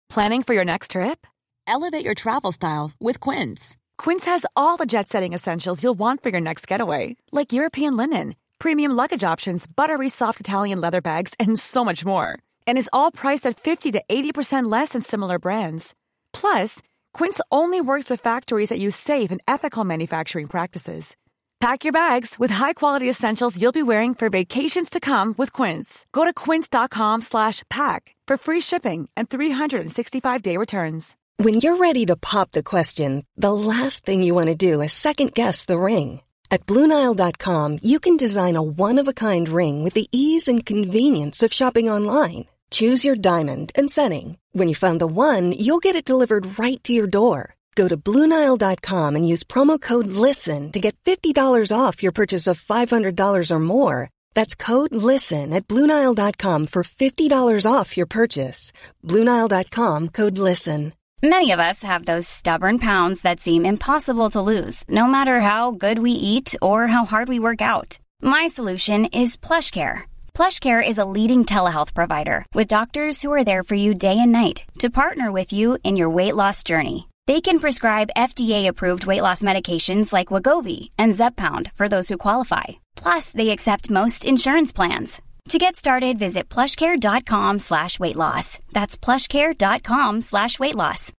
Planning for your next trip? Elevate your travel style with Quince. Quince has all the jet-setting essentials you'll want for your next getaway, like European linen, premium luggage options, buttery soft Italian leather bags, and so much more. And is all priced at 50 to 80% less than similar brands. Plus, Quince only works with factories that use safe and ethical manufacturing practices. Pack your bags with high-quality essentials you'll be wearing for vacations to come with Quince. Go to quince.com/pack for free shipping and 365-day returns. When you're ready to pop the question, the last thing you want to do is second-guess the ring. At BlueNile.com, you can design a one-of-a-kind ring with the ease and convenience of shopping online. Choose your diamond and setting. When you find the one, you'll get it delivered right to your door. Go to BlueNile.com and use promo code LISTEN to get $50 off your purchase of $500 or more. That's code LISTEN at BlueNile.com for $50 off your purchase. BlueNile.com, code LISTEN. Many of us have those stubborn pounds that seem impossible to lose, no matter how good we eat or how hard we work out. My solution is PlushCare. PlushCare is a leading telehealth provider with doctors who are there for you day and night to partner with you in your weight loss journey. They can prescribe FDA-approved weight loss medications like Wegovy and Zepbound for those who qualify. Plus, they accept most insurance plans. To get started, visit plushcare.com/weightloss. That's plushcare.com/weightloss.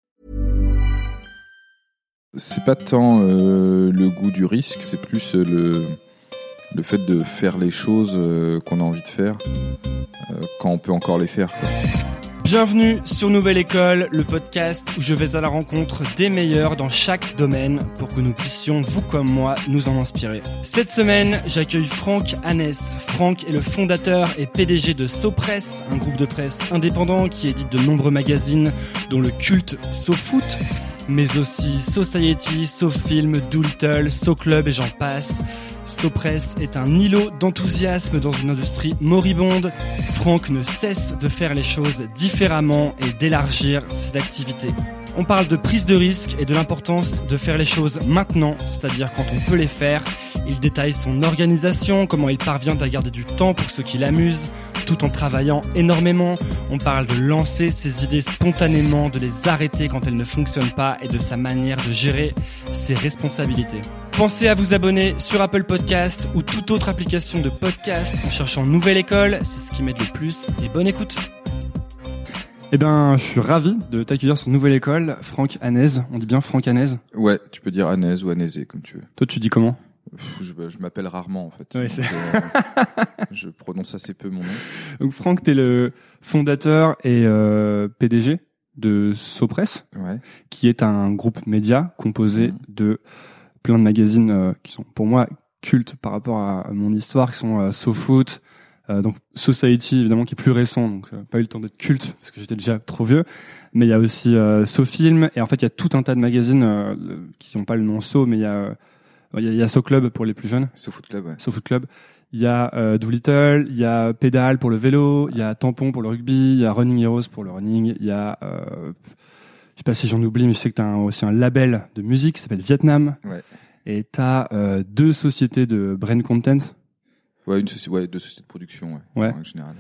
C'est pas tant le goût du risque, c'est plus le fait de faire les choses qu'on a envie de faire quand on peut encore les faire, quoi. Bienvenue sur Nouvelle École, le podcast où je vais à la rencontre des meilleurs dans chaque domaine pour que nous puissions, vous comme moi, nous en inspirer. Cette semaine, j'accueille Franck Hanès. Franck est le fondateur et PDG de SoPress, un groupe de presse indépendant qui édite de nombreux magazines dont le culte SoFoot, mais aussi Society, SoFilm, Doolittle, SoClub et j'en passe. SoPress est un îlot d'enthousiasme dans une industrie moribonde. Franck ne cesse de faire les choses différemment et d'élargir ses activités. On parle de prise de risque et de l'importance de faire les choses maintenant, c'est-à-dire quand on peut les faire. Il détaille son organisation, comment il parvient à garder du temps pour ce qui l'amuse, tout en travaillant énormément. On parle de lancer ses idées spontanément, de les arrêter quand elles ne fonctionnent pas et de sa manière de gérer ses responsabilités. Pensez à vous abonner sur Apple Podcast ou toute autre application de podcast en cherchant Nouvelle École, c'est ce qui m'aide le plus, et bonne écoute. Eh ben, je suis ravi de t'accueillir sur Nouvelle École, Franck Hanès. On dit bien Franck Hanès ? Ouais, tu peux dire Hanès ou Hanésé, comme tu veux. Toi, tu dis comment ? Je m'appelle rarement, en fait. Ouais, donc, je prononce assez peu mon nom. Donc, Franck, t'es le fondateur et PDG de SoPress, ouais, qui est un groupe média composé de plein de magazines qui sont, pour moi, cultes par rapport à mon histoire, qui sont SoFoot, donc Society, évidemment, qui est plus récent, donc pas eu le temps d'être culte, parce que j'étais déjà trop vieux, mais il y a aussi SoFilm, et en fait, il y a tout un tas de magazines qui n'ont pas le nom So, mais il y a SoClub pour les plus jeunes. SoFoot Club, ouais. SoFoot Club. Il y a Doolittle, il y a Pédale pour le vélo, il y a Tampon pour le rugby, il y a Running Heroes pour le running, il y a... je sais pas si j'en oublie, mais je sais que t'as aussi un label de musique qui s'appelle Vietnam. Ouais. Et t'as 2 sociétés de brand content. Ouais, 2 sociétés de production, ouais. En général.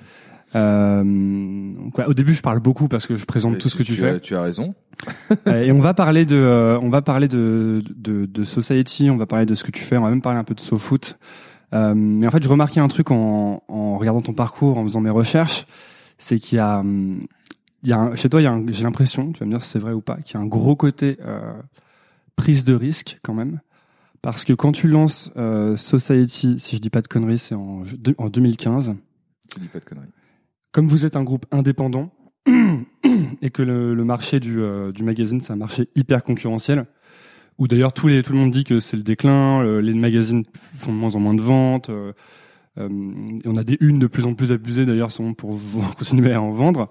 Donc, ouais, au début, je parle beaucoup parce que je présente tout ce que tu fais. Tu as raison. Et on va parler de Society, on va parler de ce que tu fais, on va même parler un peu de SoFoot. Mais en fait, je remarquais un truc en regardant ton parcours, en faisant mes recherches, c'est qu'il y a chez toi, j'ai l'impression, tu vas me dire si c'est vrai ou pas, qu'il y a un gros côté prise de risque quand même. Parce que quand tu lances Society, si je dis pas de conneries, c'est en 2015. Je dis pas de conneries. Comme vous êtes un groupe indépendant et que le marché du magazine, c'est un marché hyper concurrentiel, où d'ailleurs tout le monde dit que c'est le déclin, les magazines font de moins en moins de ventes, et on a des unes de plus en plus abusées d'ailleurs pour continuer à en vendre.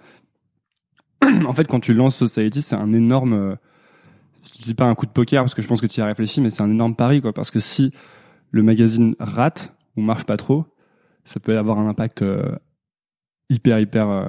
En fait, quand tu lances Society, c'est un énorme... je dis pas un coup de poker parce que je pense que tu y as réfléchi, mais c'est un énorme pari, quoi. Parce que si le magazine rate ou marche pas trop, ça peut avoir un impact hyper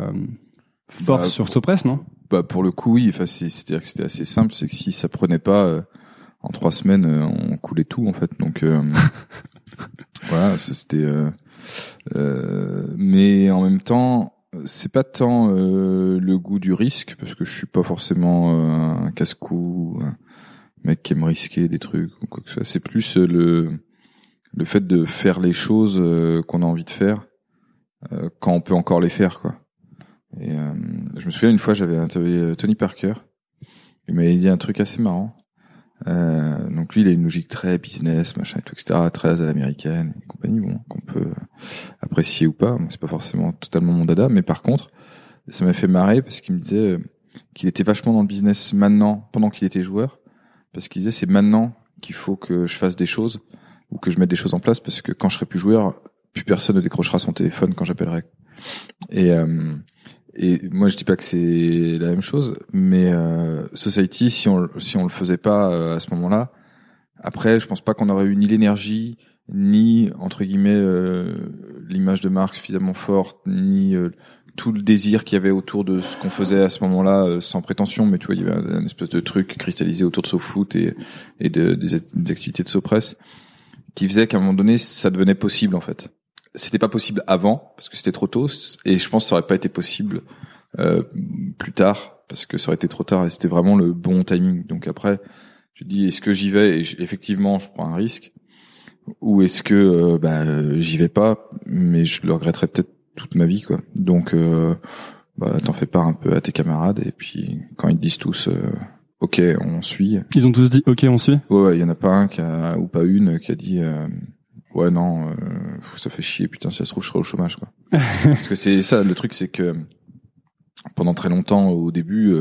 fort sur SoPress, non ? Bah pour le coup, oui. Enfin, c'est-à-dire que c'était assez simple. C'est que si ça prenait pas en 3 semaines, on coulait tout en fait. Donc voilà, ça c'était. Mais en même temps, c'est pas tant le goût du risque, parce que je suis pas forcément un casse-cou, un mec qui aime risquer des trucs ou quoi que ce soit. C'est plus le fait de faire les choses qu'on a envie de faire quand on peut encore les faire, quoi. Et je me souviens une fois, j'avais interviewé Tony Parker. Il m'avait dit un truc assez marrant. Donc lui, il a une logique très business, machin et tout, etc., très à l'américaine et compagnie, bon, qu'on peut apprécier ou pas. Moi, c'est pas forcément totalement mon dada, mais par contre, ça m'a fait marrer parce qu'il me disait qu'il était vachement dans le business maintenant, pendant qu'il était joueur, parce qu'il disait c'est maintenant qu'il faut que je fasse des choses ou que je mette des choses en place, parce que quand je serai plus joueur, plus personne ne décrochera son téléphone quand j'appellerai. Et moi, je dis pas que c'est la même chose, mais Society, si on le faisait pas à ce moment-là, après, je pense pas qu'on aurait eu ni l'énergie, ni entre guillemets l'image de marque suffisamment forte, ni tout le désir qu'il y avait autour de ce qu'on faisait à ce moment-là, sans prétention, mais tu vois, il y avait un espèce de truc cristallisé autour de SoFoot et des activités de SoPress qui faisait qu'à un moment donné, ça devenait possible en fait. C'était pas possible avant parce que c'était trop tôt, et je pense que ça aurait pas été possible plus tard parce que ça aurait été trop tard, et c'était vraiment le bon timing. Donc après, tu te dis, est-ce que j'y vais et effectivement je prends un risque, ou est-ce que j'y vais pas mais je le regretterai peut-être toute ma vie, quoi. Donc t'en fais part un peu à tes camarades, et puis quand ils te disent tous ok, on suit. Ils ont tous dit ok, on suit. Ouais, il y en a pas un ou pas une qui a dit ouais, non, ça fait chier, putain, si ça se trouve, je serai au chômage, quoi. Parce que c'est ça, le truc, c'est que pendant très longtemps, au début,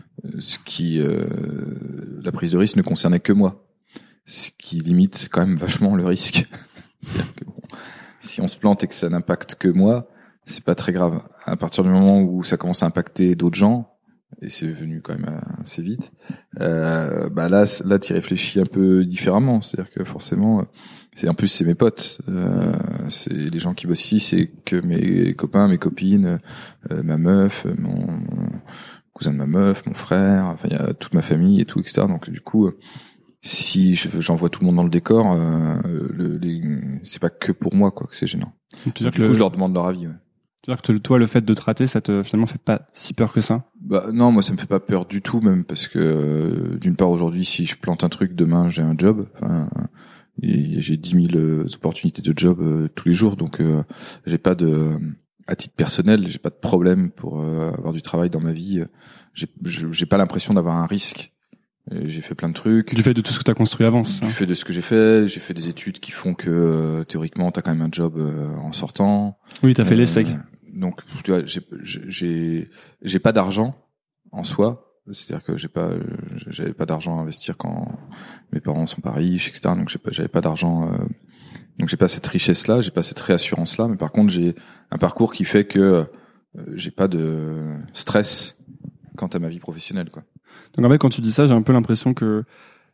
la prise de risque ne concernait que moi. Ce qui limite quand même vachement le risque. C'est-à-dire que bon, si on se plante et que ça n'impacte que moi, c'est pas très grave. À partir du moment où ça commence à impacter d'autres gens, et c'est venu quand même assez vite, là, t'y réfléchis un peu différemment. C'est-à-dire que forcément, en plus c'est mes potes, c'est les gens qui bossent ici, c'est que mes copains, mes copines, ma meuf, mon cousin de ma meuf, mon frère, enfin il y a toute ma famille et tout, etc. Donc du coup, si j'envoie tout le monde dans le décor, c'est pas que pour moi, quoi, que c'est gênant. Donc, du coup, je leur demande leur avis. Ouais. C'est-à-dire que toi, le fait de te rater, ça te finalement fait pas si peur que ça? Non, moi ça me fait pas peur du tout, même parce que d'une part aujourd'hui, si je plante un truc, demain j'ai un job. Enfin, j'ai 10 000 opportunités de job tous les jours, donc j'ai pas à titre personnel, j'ai pas de problème pour avoir du travail dans ma vie. J'ai pas l'impression d'avoir un risque. J'ai fait plein de trucs. Du fait de tout ce que t'as construit avant, ça. Du fait de ce que j'ai fait des études qui font que théoriquement t'as quand même un job en sortant. Oui, t'as fait l'ESSEC. Donc tu vois, j'ai pas d'argent en soi. C'est-à-dire que j'avais pas d'argent à investir quand mes parents sont pas riches, etc. Donc j'avais pas d'argent, donc j'ai pas cette richesse-là, j'ai pas cette réassurance-là. Mais par contre, j'ai un parcours qui fait que j'ai pas de stress quant à ma vie professionnelle, quoi. Donc en fait, quand tu dis ça, j'ai un peu l'impression que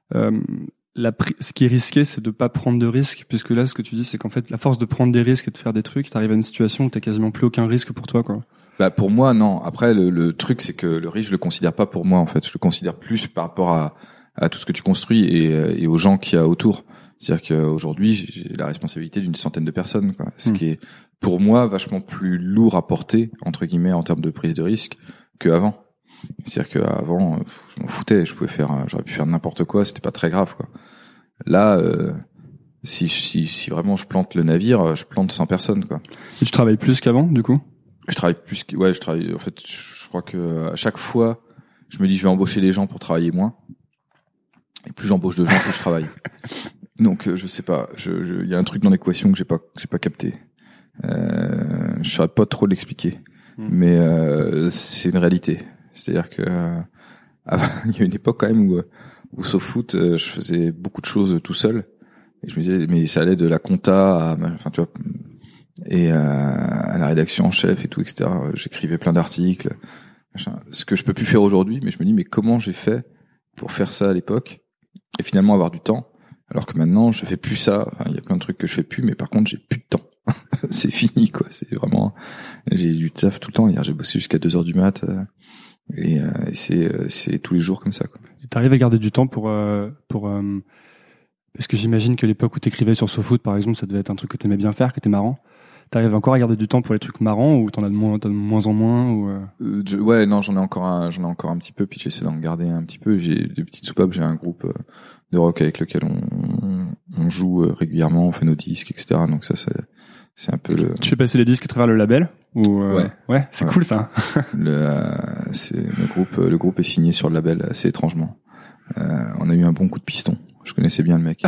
ce qui est risqué, c'est de pas prendre de risques, puisque là, ce que tu dis, c'est qu'en fait, la force de prendre des risques et de faire des trucs, t'arrives à une situation où t'as quasiment plus aucun risque pour toi, quoi. Pour moi, non. Après, le truc, c'est que le risque, je le considère pas pour moi, en fait. Je le considère plus par rapport à tout ce que tu construis et aux gens qu'il y a autour. C'est-à-dire qu'aujourd'hui, j'ai la responsabilité d'une centaine de personnes, quoi. Ce qui est, pour moi, vachement plus lourd à porter, entre guillemets, en termes de prise de risque, qu'avant. C'est-à-dire qu'avant, je m'en foutais. J'aurais pu faire n'importe quoi, c'était pas très grave, quoi. Là, si vraiment je plante le navire, je plante 100 personnes, quoi. Et tu travailles plus qu'avant, du coup? Je travaille en fait, je crois que à chaque fois, je me dis je vais embaucher des gens pour travailler moins. Et plus j'embauche de gens, plus je travaille. Donc je sais pas, il y a un truc dans l'équation que j'ai pas capté. Je saurais pas trop l'expliquer. Mais c'est une réalité. C'est-à-dire que il y a une époque quand même où SoFoot, je faisais beaucoup de choses tout seul. Et je me disais mais ça allait de la compta enfin tu vois, et à la rédaction en chef et tout, etc. J'écrivais plein d'articles, machin. Ce que je peux plus faire aujourd'hui, mais je me dis mais comment j'ai fait pour faire ça à l'époque et finalement avoir du temps, alors que maintenant je fais plus ça. Enfin, il y a plein de trucs que je fais plus, mais par contre j'ai plus de temps. C'est fini, quoi. C'est vraiment, j'ai du taf tout le temps. Hier j'ai bossé jusqu'à 2h du mat, et c'est tous les jours comme ça, quoi. Et t'arrives à garder du temps pour parce que j'imagine que l'époque où t'écrivais sur SoFoot, par exemple, ça devait être un truc que t'aimais bien faire, que t'es marrant. T'arrives encore à garder du temps pour les trucs marrants ou t'as de moins en moins ou Ouais, non, j'en ai encore un petit peu, puis j'essaie d'en garder un petit peu. J'ai des petites soupapes, j'ai un groupe de rock avec lequel on joue régulièrement, on fait nos disques, etc. Donc ça, c'est un peu le... Tu fais passer les disques à travers le label ou ouais, c'est cool ça. Le groupe est signé sur le label assez étrangement. On a eu un bon coup de piston. Je connaissais bien le mec.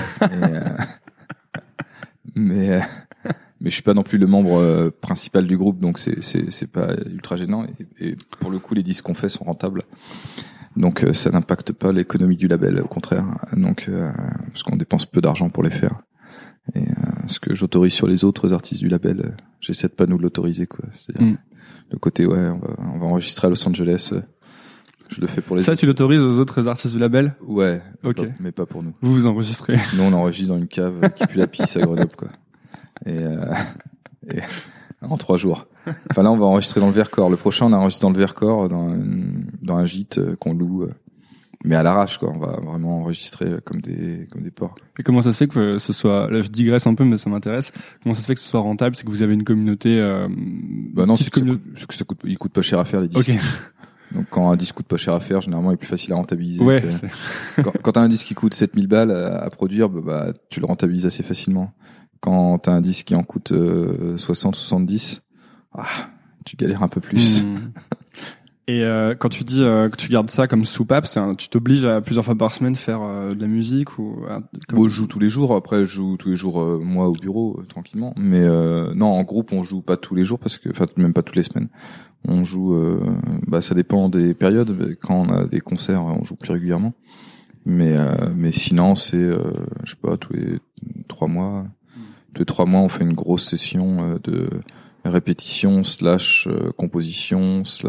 Mais je suis pas non plus le membre principal du groupe, donc c'est pas ultra gênant. Et pour le coup, les disques qu'on fait sont rentables. Donc ça n'impacte pas l'économie du label, au contraire. Donc parce qu'on dépense peu d'argent pour les faire. Et ce que j'autorise sur les autres artistes du label, j'essaie de pas nous l'autoriser, quoi. C'est-à-dire le côté on va enregistrer à Los Angeles. Je le fais pour les ça, autres. tu l'autorises aux autres artistes du label? Ouais. Ok. Mais pas pour nous. Vous enregistrez. Nous, on enregistre dans une cave qui pue la pisse à Grenoble, quoi. Et en 3 jours. Enfin là, on va enregistrer dans le Vercors. Le prochain, on enregistre dans le Vercors, dans un gîte qu'on loue, mais à l'arrache, quoi. On va vraiment enregistrer comme des porcs. Et comment ça se fait que ce soit, là je digresse un peu mais ça m'intéresse, comment ça se fait que ce soit rentable? C'est que vous avez une communauté non, c'est que il coûte pas cher à faire, les disques. Okay. Donc quand un disque coûte pas cher à faire, généralement il est plus facile à rentabiliser. Ouais, quand t'as un disque qui coûte 7000 balles à produire, bah tu le rentabilises assez facilement. Quand t'as un disque qui en coûte 60-70, tu galères un peu plus. Et quand tu dis que tu gardes ça comme soupape, tu t'obliges à plusieurs fois par semaine faire de la musique ou Moi, je joue tous les jours. Après, je joue tous les jours moi au bureau tranquillement. Mais non, en groupe, on joue pas tous les jours même pas toutes les semaines. On joue. Ça dépend des périodes. Quand on a des concerts, on joue plus régulièrement. Mais sinon, c'est je sais pas, tous les 3 mois. Tous les 3 mois, on fait une grosse session de répétition / composition /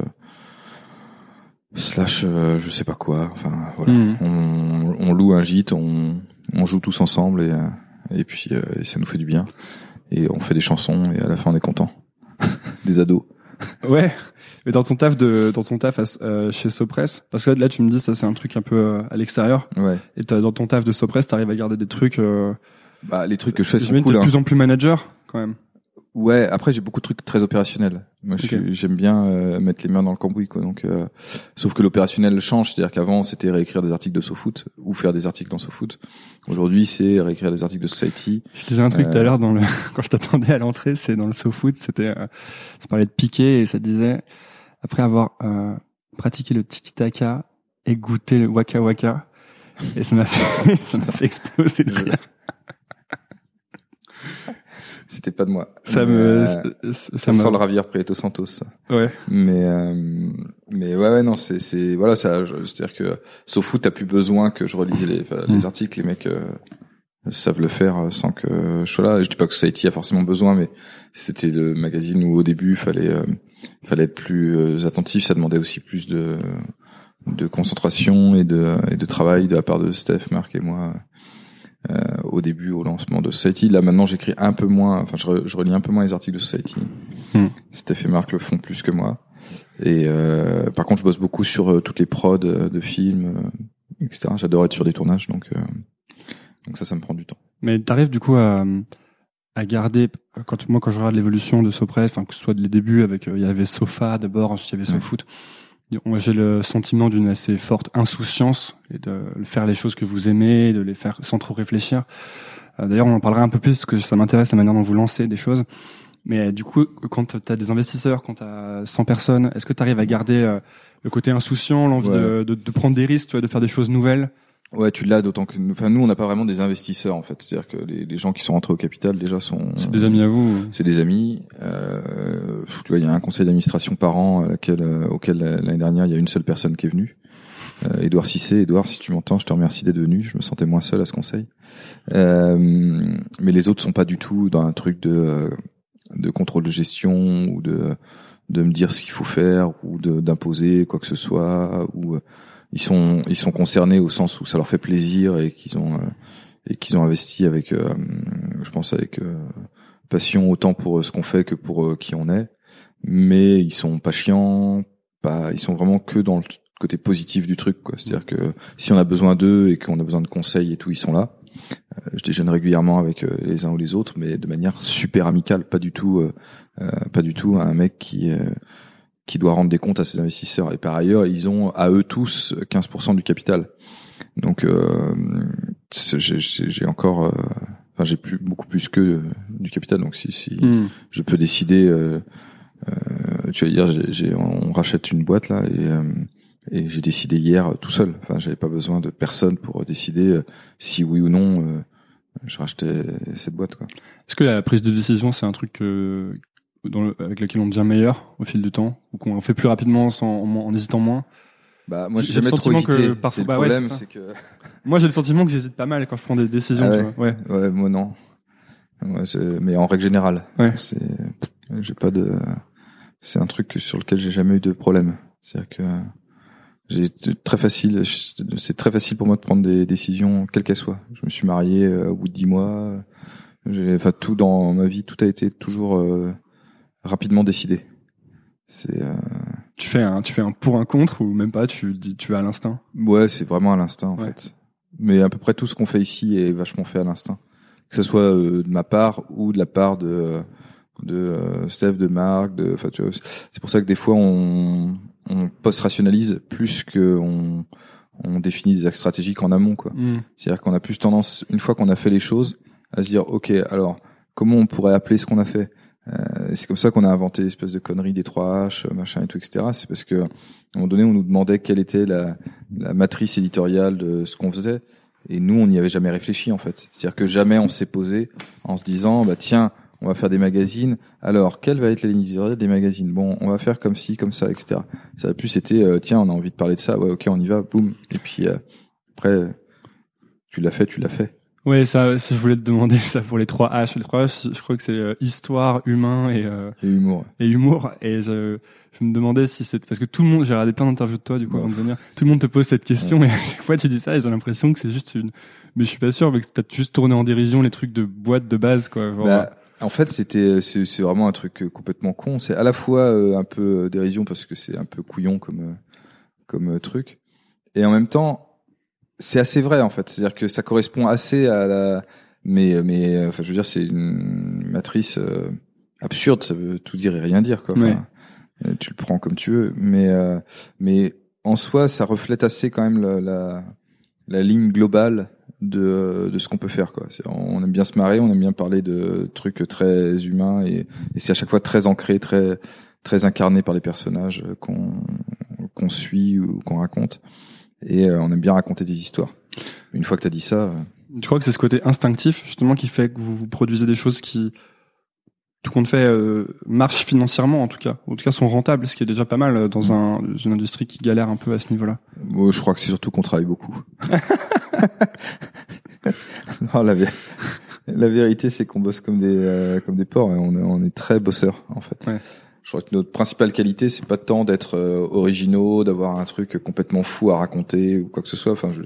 je sais pas quoi. Enfin voilà, on loue un gîte, on joue tous ensemble et puis ça nous fait du bien et on fait des chansons et à la fin on est content. Des ados. Ouais. Mais dans ton taf chez Sopress, parce que là tu me dis ça c'est un truc un peu à l'extérieur. Ouais. Et dans ton taf de Sopress, t'arrives à garder des trucs. Les trucs que je fais sont cool. T'es de plus en plus manager quand même. Ouais, après j'ai beaucoup de trucs très opérationnels. Moi j'aime bien mettre les mains dans le cambouis, quoi. Donc sauf que l'opérationnel change, c'est-à-dire qu'avant c'était réécrire des articles de SoFoot ou faire des articles dans SoFoot. Aujourd'hui, c'est réécrire des articles de Society. Je disais un truc tout à l'heure quand je t'attendais à l'entrée, c'est dans le SoFoot, ça parlait de Piqué et ça disait après avoir pratiqué le tiki-taka et goûté le waka waka, et ça m'a fait exploser de rire. C'était pas de moi. Ça sent le Javier Prieto Santos. Ça. Ouais. Mais ouais non, c'est voilà, ça, c'est-à-dire que SoFoot, t'as plus besoin que je relise les articles, les mecs savent le faire sans que je sois là. Je dis pas que Society a forcément besoin, mais c'était le magazine où au début fallait être plus attentif, ça demandait aussi plus de concentration et de travail de la part de Steph, Marc et moi. Au début, au lancement de Society. Là, maintenant, j'écris un peu moins, enfin, je relis un peu moins les articles de Society. Steph et Marc le font plus que moi. Et, par contre, je bosse beaucoup sur toutes les prods de films, etc. J'adore être sur des tournages, donc ça me prend du temps. Mais t'arrives, du coup, à garder, quand je regarde l'évolution de Sopress, enfin, que ce soit les débuts avec, il y avait Sofa d'abord, ensuite il y avait SoFoot. J'ai le sentiment d'une assez forte insouciance et de faire les choses que vous aimez, de les faire sans trop réfléchir. D'ailleurs, on en parlera un peu plus parce que ça m'intéresse la manière dont vous lancez des choses. Mais du coup, quand tu as des investisseurs, quand tu as 100 personnes, est-ce que tu arrives à garder le côté insouciant, l'envie de prendre des risques, de faire des choses nouvelles? Ouais, tu l'as, d'autant que nous, on n'a pas vraiment des investisseurs, en fait. C'est-à-dire que les gens qui sont rentrés au capital, déjà, c'est des amis à vous? C'est des amis. Tu vois, il y a un conseil d'administration par an, auquel l'année dernière, il y a une seule personne qui est venue. Édouard Cissé. Édouard, si tu m'entends, je te remercie d'être venu. Je me sentais moins seul à ce conseil. Mais les autres sont pas du tout dans un truc de contrôle de gestion ou de me dire ce qu'il faut faire ou d'imposer quoi que ce soit ou ils sont concernés au sens où ça leur fait plaisir et qu'ils ont investi avec je pense avec passion autant pour ce qu'on fait que pour qui on est, mais ils sont pas chiants, ils sont vraiment que dans le côté positif du truc, quoi. C'est-à-dire que si on a besoin d'eux et qu'on a besoin de conseils et tout, ils sont là. je déjeune régulièrement avec les uns ou les autres, mais de manière super amicale, pas du tout un mec qui doit rendre des comptes à ses investisseurs. Et par ailleurs, ils ont à eux tous 15% du capital. Donc j'ai encore j'ai beaucoup plus que du capital. Donc si je peux décider, tu vas dire, on rachète une boîte là et j'ai décidé hier tout seul. Enfin, j'avais pas besoin de personne pour décider si oui ou non je rachetais cette boîte, quoi. Est-ce que la prise de décision, c'est un truc avec lequel on devient meilleur au fil du temps, ou qu'on fait plus rapidement en hésitant moins? Bah moi j'ai jamais trop hésité. C'est le problème, c'est que moi j'ai le sentiment que j'hésite pas mal quand je prends des décisions. Ah ouais. Tu vois. Ouais, moi non. Ouais, mais en règle générale, j'ai pas de. C'est un truc sur lequel j'ai jamais eu de problème. C'est-à-dire que c'est très facile pour moi de prendre des décisions quelles qu'elles soient. Je me suis marié au bout de 10 mois. Tout dans ma vie, tout a été toujours rapidement décidé. C'est Tu fais un pour un contre ou même pas, tu vas à l'instinct? Ouais, c'est vraiment à l'instinct en fait. Mais à peu près tout ce qu'on fait ici est vachement fait à l'instinct. Que ce soit de ma part ou de la part de Steph, de Marc, tu vois, c'est pour ça que des fois on post-rationalise plus que on définit des axes stratégiques en amont, quoi. C'est-à-dire qu'on a plus tendance, une fois qu'on a fait les choses, à se dire ok, alors comment on pourrait appeler ce qu'on a fait. C'est comme ça qu'on a inventé l'espèce de connerie des 3H, machin et tout, etc. C'est parce que à un moment donné, on nous demandait quelle était la matrice éditoriale de ce qu'on faisait, et nous, on n'y avait jamais réfléchi en fait. C'est-à-dire que jamais on s'est posé en se disant, bah tiens, on va faire des magazines. Alors, quelle va être la ligne éditoriale des magazines? Bon, on va faire comme ci, comme ça, etc. Ça a plus été, tiens, on a envie de parler de ça. Ouais, ok, on y va, boum. Et puis après, tu l'as fait. Ouais, ça, je voulais te demander ça pour les 3H. Les 3H, je crois que c'est histoire, humain et humour. Et humour. Et je me demandais si c'est parce que tout le monde, j'ai regardé plein d'interviews de toi, du coup, avant de venir. Tout le monde te pose cette question, et à chaque fois tu dis ça, et j'ai l'impression que c'est juste mais je suis pas sûr, mais que t'as juste tourné en dérision les trucs de boîte de base, quoi. Genre, en fait, c'est vraiment un truc complètement con. C'est à la fois un peu dérision parce que c'est un peu couillon comme truc, et en même temps, c'est assez vrai en fait. C'est-à-dire que ça correspond assez à la. Mais enfin, je veux dire, c'est une matrice absurde. Ça veut tout dire et rien dire, quoi. Enfin, tu le prends comme tu veux, mais en soi, ça reflète assez quand même la ligne globale de ce qu'on peut faire, quoi. On aime bien se marrer, on aime bien parler de trucs très humains, et c'est à chaque fois très ancré, très très incarné par les personnages qu'on suit ou qu'on raconte, et on aime bien raconter des histoires. Une fois que t'as dit ça, tu crois que c'est ce côté instinctif justement qui fait que vous produisez des choses qui, tout compte fait, marchent financièrement, en tout cas sont rentables, ce qui est déjà pas mal dans une industrie qui galère un peu à ce niveau-là? Moi, je crois que c'est surtout qu'on travaille beaucoup. Non, la vérité, c'est qu'on bosse comme des porcs, et on est très bosseurs en fait. Ouais. Je crois que notre principale qualité, c'est pas tant d'être originaux, d'avoir un truc complètement fou à raconter ou quoi que ce soit. Enfin,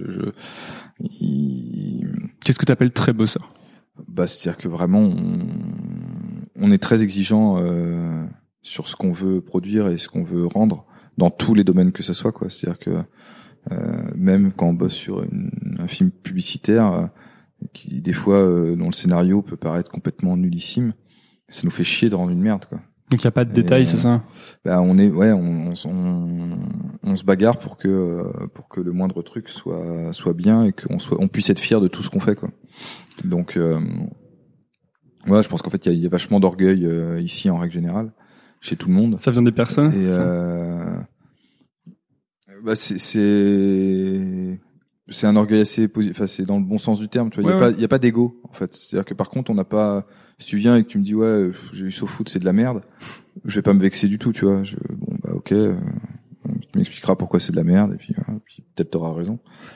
Qu'est-ce que t'appelles très bosseur? Bah, c'est-à-dire que vraiment, on est très exigeant sur ce qu'on veut produire et ce qu'on veut rendre dans tous les domaines que ce soit, quoi. C'est-à-dire que même quand on bosse sur un film publicitaire qui des fois dont le scénario peut paraître complètement nullissime, ça nous fait chier de rendre une merde, quoi. Donc il y a pas de détails, c'est ça? Bah on se bagarre pour que le moindre truc soit bien et on puisse être fier de tout ce qu'on fait, quoi. Donc je pense qu'en fait il y a vachement d'orgueil ici en règle générale chez tout le monde. Ça vient des personnes. Et c'est un orgueil assez positif, enfin c'est dans le bon sens du terme, tu vois. Il y a pas d'ego en fait. C'est-à-dire que par contre on n'a pas. Si tu viens et que tu me dis ouais j'ai eu SoFoot, c'est de la merde, je vais pas me vexer du tout, tu vois. Ok, tu m'expliqueras pourquoi c'est de la merde, et puis peut-être t'auras raison.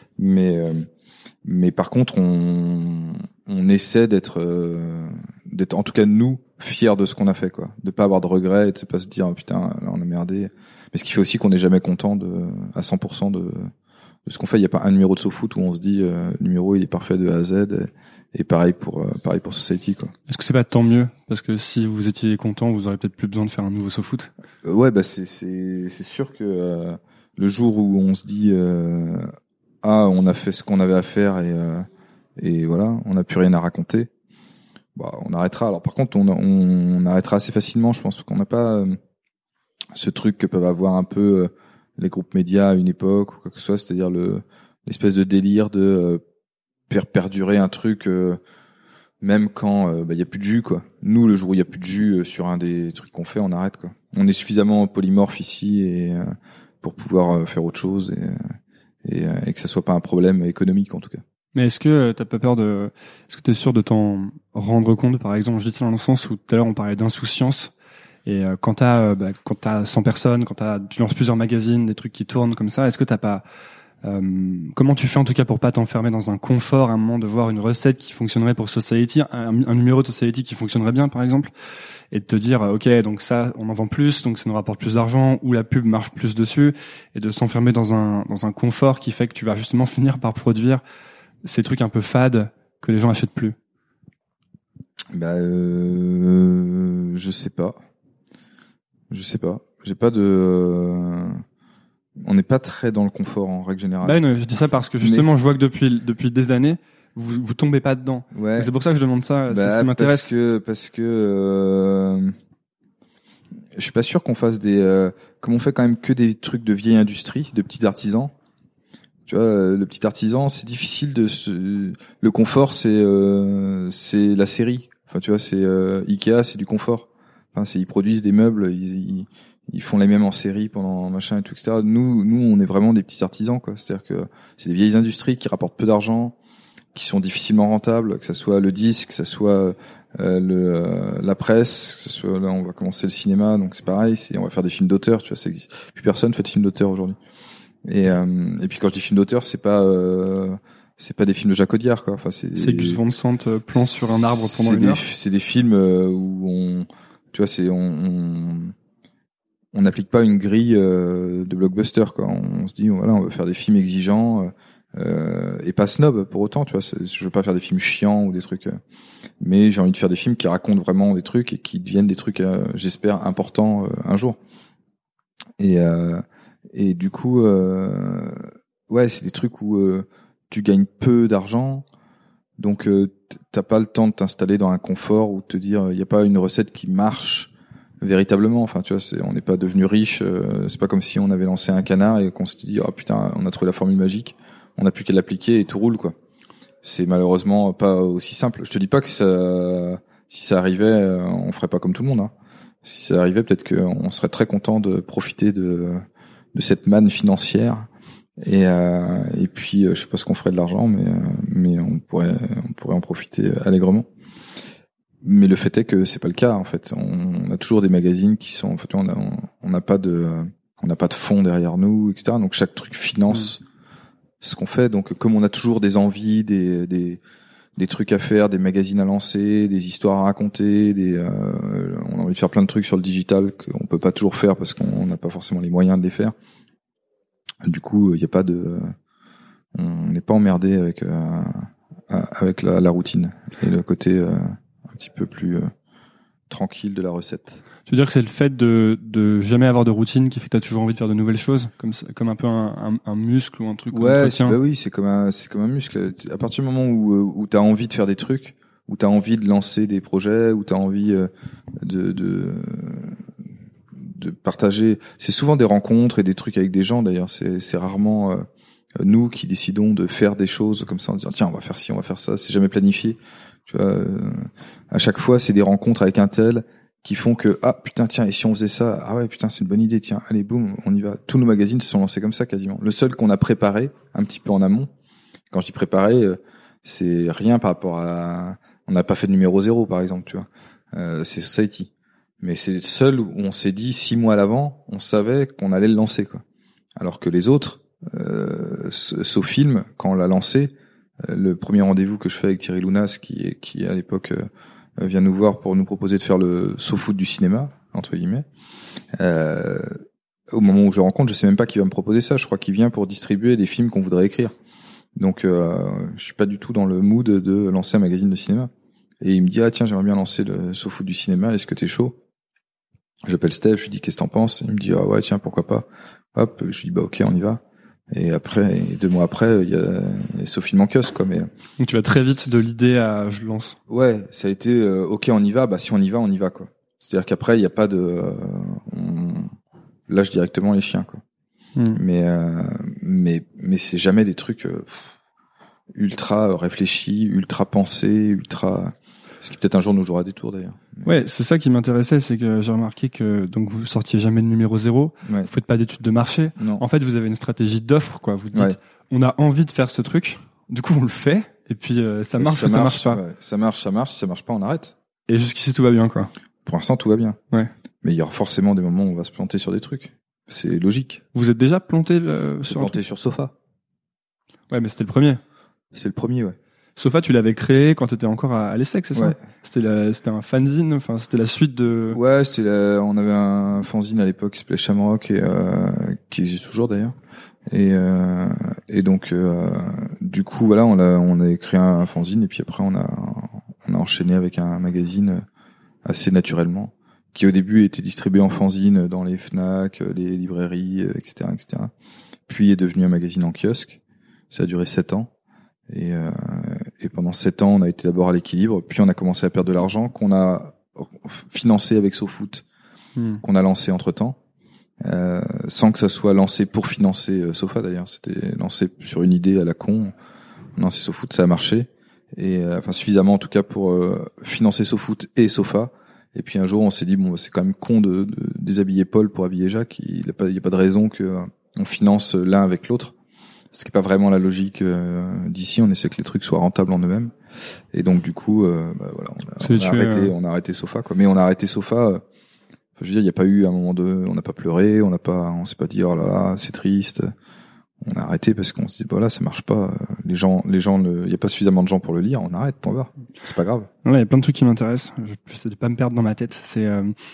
Mais par contre on essaie d'être en tout cas nous fiers de ce qu'on a fait, quoi. De pas avoir de regrets et de pas se dire putain là on a merdé. Mais ce qui fait aussi qu'on n'est jamais content à 100% de ce qu'on fait. Il y a pas un numéro de SoFoot où on se dit le numéro il est parfait de A à Z, et pareil pour Society, quoi. Est-ce que c'est pas tant mieux, parce que si vous étiez content, vous auriez peut-être plus besoin de faire un nouveau SoFoot? Ouais, bah c'est sûr que le jour où on se dit on a fait ce qu'on avait à faire et voilà, on n'a plus rien à raconter. Bah, on arrêtera. Alors par contre, on arrêtera assez facilement. Je pense qu'on n'a pas ce truc que peuvent avoir un peu les groupes médias à une époque ou quoi que ce soit, c'est-à-dire l'espèce de délire de faire perdurer un truc même quand y a plus de jus, quoi. Nous, le jour où il y a plus de jus sur un des trucs qu'on fait, on arrête, quoi. On est suffisamment polymorphe ici et pour pouvoir faire autre chose et que ça soit pas un problème économique en tout cas. Mais est-ce que t'as pas peur est-ce que t'es sûr de t'en rendre compte, par exemple, je dis ça dans le sens où tout à l'heure on parlait d'insouciance, et quand t'as 100 personnes, tu lances plusieurs magazines, des trucs qui tournent comme ça, est-ce que t'as pas, comment tu fais en tout cas pour pas t'enfermer dans un confort à un moment de voir une recette qui fonctionnerait pour Society, un numéro de Society qui fonctionnerait bien par exemple, et de te dire ok, donc ça on en vend plus, donc ça nous rapporte plus d'argent, ou la pub marche plus dessus, et de s'enfermer dans un confort qui fait que tu vas justement finir par produire ces trucs un peu fades que les gens achètent plus? Je sais pas. J'ai pas de on n'est pas très dans le confort en règle générale. Non, je dis ça parce que justement je vois que depuis des années vous tombez pas dedans. Ouais. C'est pour ça que je demande ça, c'est ce qui m'intéresse. Parce que je suis pas sûr qu'on fasse comme on fait quand même que des trucs de vieille industrie, de petits artisans. Tu vois, le petit artisan, c'est difficile le confort, c'est la série. Enfin, tu vois, c'est Ikea, c'est du confort. Enfin, ils produisent des meubles, ils font les mêmes en série pendant machin et tout, etc. Nous, on est vraiment des petits artisans, quoi. C'est-à-dire que c'est des vieilles industries qui rapportent peu d'argent, qui sont difficilement rentables, que ça soit le disque, que ça soit la presse, que ça soit là, on va commencer le cinéma, donc c'est pareil, on va faire des films d'auteur, tu vois, plus personne fait de films d'auteur aujourd'hui. Et puis quand je dis film d'auteur, c'est pas des films de Jacques Audiard, quoi. Enfin, c'est Gus Van Sant plan sur un arbre pendant une heure. C'est des films où on n'applique pas une grille de blockbuster, quoi. On se dit voilà, on veut faire des films exigeants et pas snob pour autant, tu vois. Je veux pas faire des films chiants ou des trucs, mais j'ai envie de faire des films qui racontent vraiment des trucs et qui deviennent des trucs, j'espère, importants un jour. Et du coup, c'est des trucs où tu gagnes peu d'argent, donc t'as pas le temps de t'installer dans un confort ou de te dire il y a pas une recette qui marche véritablement. Enfin, tu vois, on n'est pas devenu riche. C'est pas comme si on avait lancé un canard et qu'on se dit oh putain, on a trouvé la formule magique, on n'a plus qu'à l'appliquer et tout roule, quoi. C'est malheureusement pas aussi simple. Je te dis pas que si ça arrivait, on ferait pas comme tout le monde, hein. Si ça arrivait, peut-être qu'on serait très content de profiter de cette manne financière et puis je sais pas ce qu'on ferait de l'argent, mais on pourrait en profiter allègrement. Mais le fait est que c'est pas le cas, en fait. On a toujours des magazines qui sont, en fait, on n'a pas de fonds derrière nous, etc. Donc chaque truc finance ce qu'on fait. Donc comme on a toujours des envies, des trucs à faire, des magazines à lancer, des histoires à raconter, on a envie de faire plein de trucs sur le digital qu'on peut pas toujours faire parce qu'on n'a pas forcément les moyens de les faire. Du coup, il y a pas on n'est pas emmerdé avec la routine et le côté un petit peu plus tranquille de la recette. Tu veux dire que c'est le fait de jamais avoir de routine qui fait que t'as toujours envie de faire de nouvelles choses, comme un peu un muscle ou un truc. Ouais, c'est comme un muscle. À partir du moment où t'as envie de faire des trucs, où t'as envie de lancer des projets, où t'as envie de partager. C'est souvent des rencontres et des trucs avec des gens. D'ailleurs, c'est rarement nous qui décidons de faire des choses comme ça en disant tiens, on va faire ci, on va faire ça. C'est jamais planifié. Tu vois, à chaque fois, c'est des rencontres avec un tel qui font que ah putain tiens, et si on faisait ça, ah ouais putain c'est une bonne idée, tiens allez boum on y va. Tous nos magazines se sont lancés comme ça quasiment. Le seul qu'on a préparé un petit peu en amont, quand je dis préparé, c'est rien par rapport à, on n'a pas fait de numéro 0 par exemple, tu vois, c'est Society, mais c'est le seul où on s'est dit 6 mois à l'avant on savait qu'on allait le lancer, quoi. Alors que les autres, SoFilm, quand on l'a lancé, le premier rendez-vous que je fais avec Thierry Lounas qui à l'époque vient nous voir pour nous proposer de faire le SoFoot du cinéma, entre guillemets. Au moment où je le rencontre, je sais même pas qui va me proposer ça. Je crois qu'il vient pour distribuer des films qu'on voudrait écrire. Donc, je suis pas du tout dans le mood de lancer un magazine de cinéma. Et il me dit, ah tiens, j'aimerais bien lancer le SoFoot du cinéma, est-ce que t'es chaud? J'appelle Steph, je lui dis, qu'est-ce que t'en penses? Il me dit, ah ouais, tiens, pourquoi pas? Hop, je lui dis, bah ok, on y va. Et après, 2 mois après, il y a Sophie Mankios, quoi. Mais donc tu vas très vite de l'idée à je lance. ouais, ça a été ok, on y va. Bah si on y va, quoi. C'est-à-dire qu'après, il y a pas de, on lâche directement les chiens, quoi. Mais c'est jamais des trucs ultra réfléchis, ultra pensés, ultra. Ce qui peut-être un jour nous jouera des tours d'ailleurs. Ouais, c'est ça qui m'intéressait, c'est que j'ai remarqué que donc vous sortiez jamais de numéro 0, Ouais. vous faites pas d'études de marché. Non. En fait, vous avez une stratégie d'offre, quoi. Vous dites, Ouais. on a envie de faire ce truc, du coup on le fait, et puis ça marche ou ça marche pas. Ouais. Ça marche. Si ça marche pas, on arrête. Et jusqu'ici tout va bien, quoi. Pour l'instant, tout va bien. Ouais. Mais il y aura forcément des moments où on va se planter sur des trucs. C'est logique. Vous êtes déjà planté Se planter sur Sofa. Ouais, mais c'était le premier. C'est le premier, ouais. Sofa, tu l'avais créé quand t'étais encore à l'ESSEC, c'est ça? Ouais. C'était un fanzine, enfin c'était la suite de. Ouais, on avait un fanzine à l'époque qui s'appelait Shamrock et qui existe toujours d'ailleurs. Et donc du coup voilà, on a créé un fanzine et puis après on a enchaîné avec un magazine assez naturellement qui au début était distribué en fanzine dans les Fnac, les librairies, etc., etc. Puis est devenu un magazine en kiosque. Ça a duré 7 ans. Et pendant 7 ans, on a été d'abord à l'équilibre, puis on a commencé à perdre de l'argent qu'on a financé avec SoFoot, qu'on a lancé entre-temps, sans que ça soit lancé pour financer Sofa d'ailleurs. C'était lancé sur une idée à la con. On a lancé SoFoot, ça a marché, et enfin suffisamment en tout cas pour financer SoFoot et Sofa. Et puis un jour, on s'est dit bon, c'est quand même con de déshabiller Paul pour habiller Jacques. Il y a pas de raison que on finance l'un avec l'autre. Ce qui est pas vraiment la logique d'ici. On essaie que les trucs soient rentables en eux-mêmes. Et donc du coup, voilà, on a arrêté Sofa, quoi. Mais on a arrêté Sofa. Je veux dire, il y a pas eu un moment on n'a pas pleuré, on s'est pas dit oh là là, c'est triste. On a arrêté parce qu'on se dit voilà, ça marche pas. Les gens, il y a pas suffisamment de gens pour le lire. On arrête, point barre. C'est pas grave. Ouais, il y a plein de trucs qui m'intéressent. J'essaie de pas me perdre dans ma tête. C'est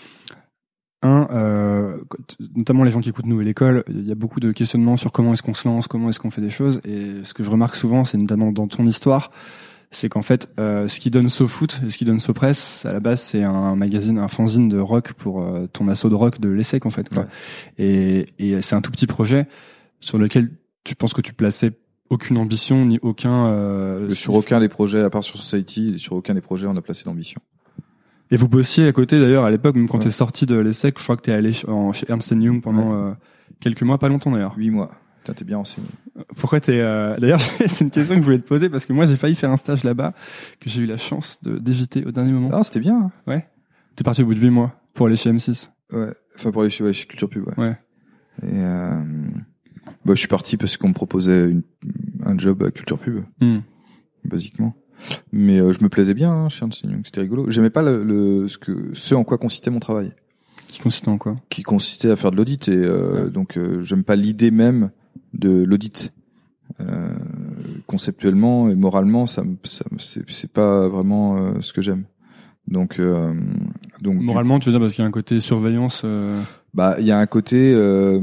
notamment les gens qui écoutent Nouvelle École, il y a beaucoup de questionnements sur comment est-ce qu'on se lance, comment est-ce qu'on fait des choses, et ce que je remarque souvent, c'est notamment dans ton histoire, c'est qu'en fait, ce qui donne SoFoot et ce qui donne SoPress, à la base, c'est un magazine, un fanzine de rock pour ton assaut de rock de l'ESSEC, en fait, quoi. Ouais. Et c'est un tout petit projet sur lequel tu penses que tu plaçais aucune ambition ni aucun sur aucun des projets, à part sur Society, sur aucun des projets, on a placé d'ambition. Et vous bossiez à côté d'ailleurs à l'époque, même quand t'es sorti de l'ESSEC, je crois que t'es allé chez Ernst & Young pendant quelques mois, pas longtemps d'ailleurs. 8 mois. Putain, t'es bien renseigné. Pourquoi d'ailleurs, c'est une question que je voulais te poser parce que moi j'ai failli faire un stage là-bas que j'ai eu la chance d'éviter au dernier moment. Ah, c'était bien. Hein. Ouais. T'es parti au bout de 8 mois pour aller chez M6. Ouais. Enfin pour aller chez Culture Pub. Ouais. Et je suis parti parce qu'on me proposait un job à Culture Pub, basiquement. Mais je me plaisais bien chez Ernst & Young, c'était rigolo. J'aimais pas ce en quoi consistait mon travail. Qui consistait en quoi? Qui consistait à faire de l'audit et donc j'aime pas l'idée même de l'audit. Conceptuellement et moralement, c'est pas vraiment ce que j'aime. Donc moralement, tu veux dire parce qu'il y a un côté surveillance. Il y a un côté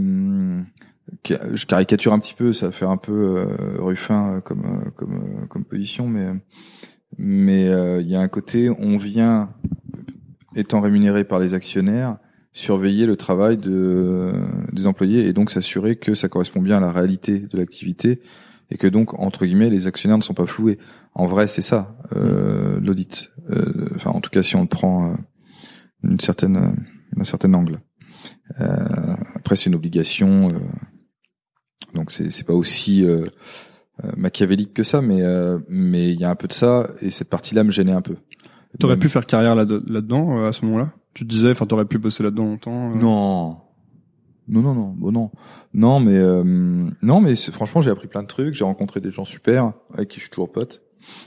je caricature un petit peu, ça va faire un peu Ruffin comme position, mais il y a un côté, on vient étant rémunéré par les actionnaires surveiller le travail des employés et donc s'assurer que ça correspond bien à la réalité de l'activité et que donc entre guillemets les actionnaires ne sont pas floués. En vrai, c'est ça l'audit. Enfin, en tout cas, si on le prend d'un certain angle. Après, c'est une obligation. Donc c'est pas aussi machiavélique que ça, mais il y a un peu de ça et cette partie-là me gênait un peu. T'aurais pu faire carrière là-dedans à ce moment-là? Tu te disais, enfin, t'aurais pu bosser là-dedans longtemps? Non, mais franchement, j'ai appris plein de trucs, j'ai rencontré des gens super avec qui je suis toujours pote.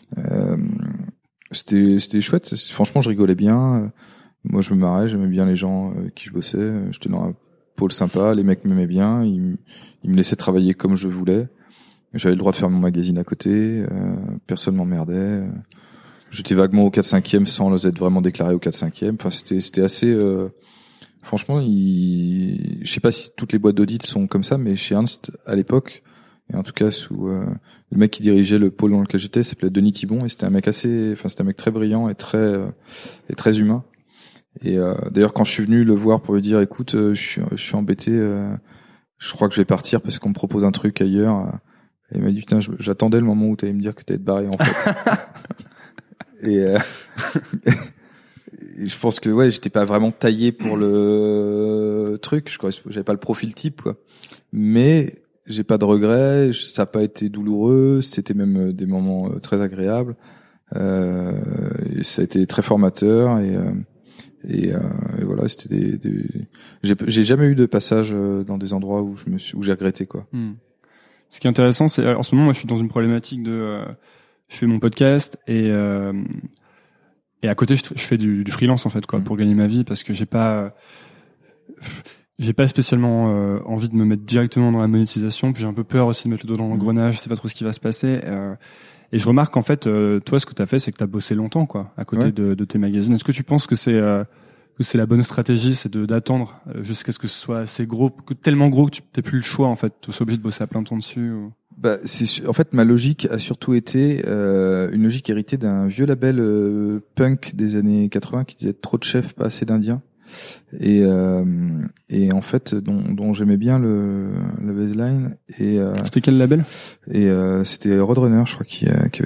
C'était chouette. Franchement, je rigolais bien. Moi, je me marrais, j'aimais bien les gens avec qui je bossais. J'étais dans un pôle sympa, les mecs m'aimaient bien, ils me laissaient travailler comme je voulais. J'avais le droit de faire mon magazine à côté, personne m'emmerdait. J'étais vaguement au 4/5e sans être vraiment déclaré au 4/5e. Enfin, c'était assez franchement, je sais pas si toutes les boîtes d'audit sont comme ça, mais chez Ernst à l'époque, et en tout cas sous le mec qui dirigeait le pôle dans lequel j'étais s'appelait Denis Thibon et c'était un mec très brillant et très humain. Et d'ailleurs quand je suis venu le voir pour lui dire écoute, je suis embêté, je crois que je vais partir parce qu'on me propose un truc ailleurs. Et il m'a dit, putain, j'attendais le moment où t'allais me dire que t'allais te barrer, en fait. et je pense que, ouais, j'étais pas vraiment taillé pour le truc. Je crois que j'avais pas le profil type, quoi. Mais j'ai pas de regrets. Ça a pas été douloureux. C'était même des moments très agréables. Et ça a été très formateur et voilà, c'était j'ai jamais eu de passage dans des endroits où où j'ai regretté, quoi. Ce qui est intéressant, c'est en ce moment, moi, je suis dans une problématique je fais mon podcast et à côté, je fais du freelance, en fait, quoi, pour gagner ma vie, parce que j'ai pas spécialement envie de me mettre directement dans la monétisation, puis j'ai un peu peur aussi de mettre le doigt dans l'engrenage, je sais pas trop ce qui va se passer. Et je remarque en fait, toi, ce que t'as fait, c'est que t'as bossé longtemps, quoi, à côté de tes magazines. Est-ce que tu penses que c'est la bonne stratégie, c'est d'attendre jusqu'à ce que ce soit assez gros, tellement gros que tu t'aies plus le choix, en fait, tu sois obligé de bosser à plein temps dessus ou... Bah, en fait, ma logique a surtout été une logique héritée d'un vieux label punk des années 80 qui disait trop de chefs, pas assez d'indiens. Et en fait, dont j'aimais bien la baseline. Et c'était quel label? Et c'était Roadrunner, je crois, qui avait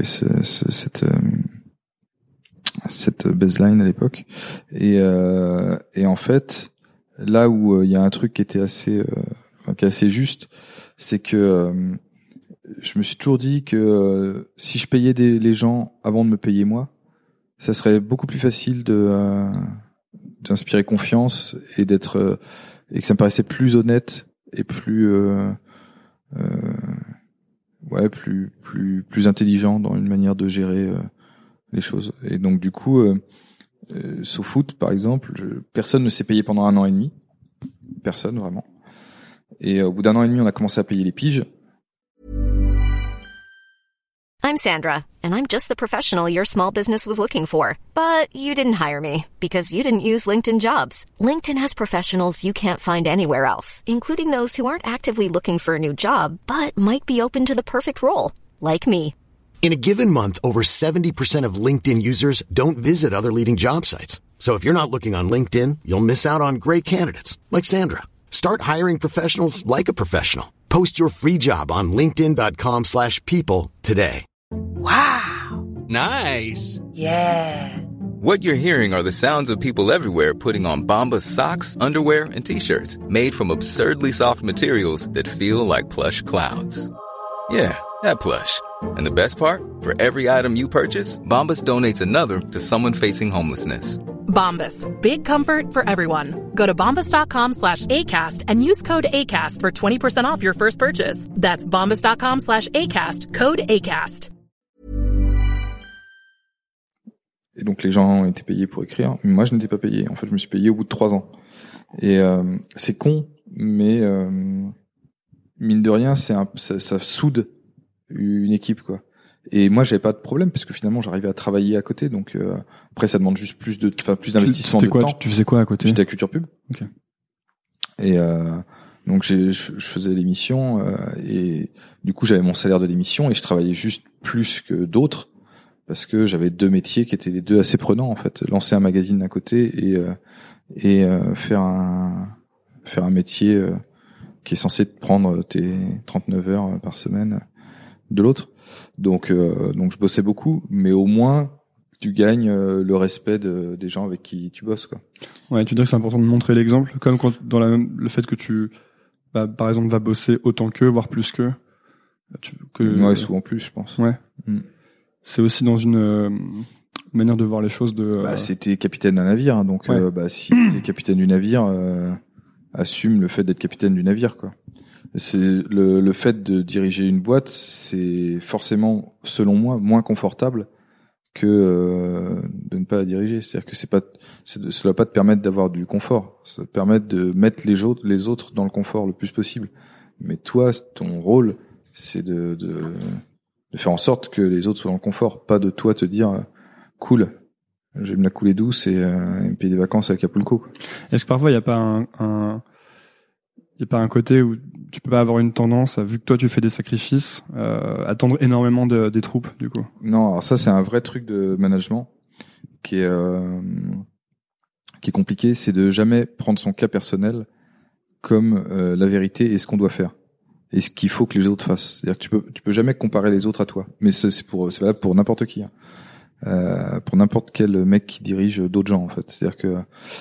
cette baseline à l'époque. Et en fait, là où il y a un truc qui était qui est assez juste, c'est que je me suis toujours dit que si je payais les gens avant de me payer moi, ça serait beaucoup plus facile d'inspirer confiance et et que ça me paraissait plus honnête et plus plus intelligent dans une manière de gérer les choses. Et donc du coup, SoFoot par exemple, personne ne s'est payé pendant 1 an et demi, personne vraiment. Et au bout d'1 an et demi, on a commencé à payer les piges. I'm Sandra, and I'm just the professional your small business was looking for. But you didn't hire me because you didn't use LinkedIn Jobs. LinkedIn has professionals you can't find anywhere else, including those who aren't actively looking for a new job, but might be open to the perfect role, like me. In a given month, over 70% of LinkedIn users don't visit other leading job sites. So if you're not looking on LinkedIn, you'll miss out on great candidates, like Sandra. Start hiring professionals like a professional. Post your free job on linkedin.com/people today. Wow. Nice. Yeah. What you're hearing are the sounds of people everywhere putting on Bombas socks, underwear, and T-shirts made from absurdly soft materials that feel like plush clouds. Yeah, that plush. And the best part? For every item you purchase, Bombas donates another to someone facing homelessness. Bombas. Big comfort for everyone. Go to bombas.com/ACAST and use code ACAST for 20% off your first purchase. That's bombas.com/ACAST. Code ACAST. Et donc les gens ont été payés pour écrire. Moi, je n'étais pas payé. En fait, je me suis payé au bout de 3 ans. Et c'est con, mais mine de rien, ça soude une équipe, quoi. Et moi, j'avais pas de problème parce que finalement, j'arrivais à travailler à côté. Donc après, ça demande juste plus d'investissement de temps. Tu faisais quoi à côté? J'étais à Culture Pub. Ok. Et donc je faisais l'émission et du coup, j'avais mon salaire de l'émission et je travaillais juste plus que d'autres. Parce que j'avais 2 métiers qui étaient les 2 assez prenants, en fait. Lancer un magazine d'un côté et faire un métier qui est censé te prendre tes 39 heures par semaine de l'autre. Donc je bossais beaucoup, mais au moins tu gagnes le respect des gens avec qui tu bosses, quoi. Ouais, tu dis que c'est important de montrer l'exemple, comme quand le fait que tu par exemple vas bosser autant qu'eux, voire plus qu'eux. Ouais, souvent plus, je pense. Ouais. C'est aussi dans une manière de voir les choses c'était capitaine d'un navire, hein, donc ouais. Si t'es capitaine du navire, assume le fait d'être capitaine du navire, quoi. C'est le fait de diriger une boîte, c'est forcément, selon moi, moins confortable que de ne pas la diriger. C'est-à-dire que ça doit pas te permettre d'avoir du confort. Ça te permet de mettre les autres dans le confort le plus possible. Mais toi, ton rôle, c'est de faire en sorte que les autres soient dans le confort, pas de toi te dire cool, je vais me la couler douce et me payer des vacances à Acapulco, quoi. Est-ce que parfois il y a pas un côté où tu peux pas avoir une tendance, vu que toi tu fais des sacrifices, attendre énormément des troupes, du coup? Non, alors ça c'est un vrai truc de management qui est compliqué, c'est de jamais prendre son cas personnel comme la vérité et ce qu'on doit faire et ce qu'il faut que les autres fassent. C'est-à-dire que tu peux jamais comparer les autres à toi. Mais c'est valable pour n'importe qui. Pour n'importe quel mec qui dirige d'autres gens en fait. C'est-à-dire que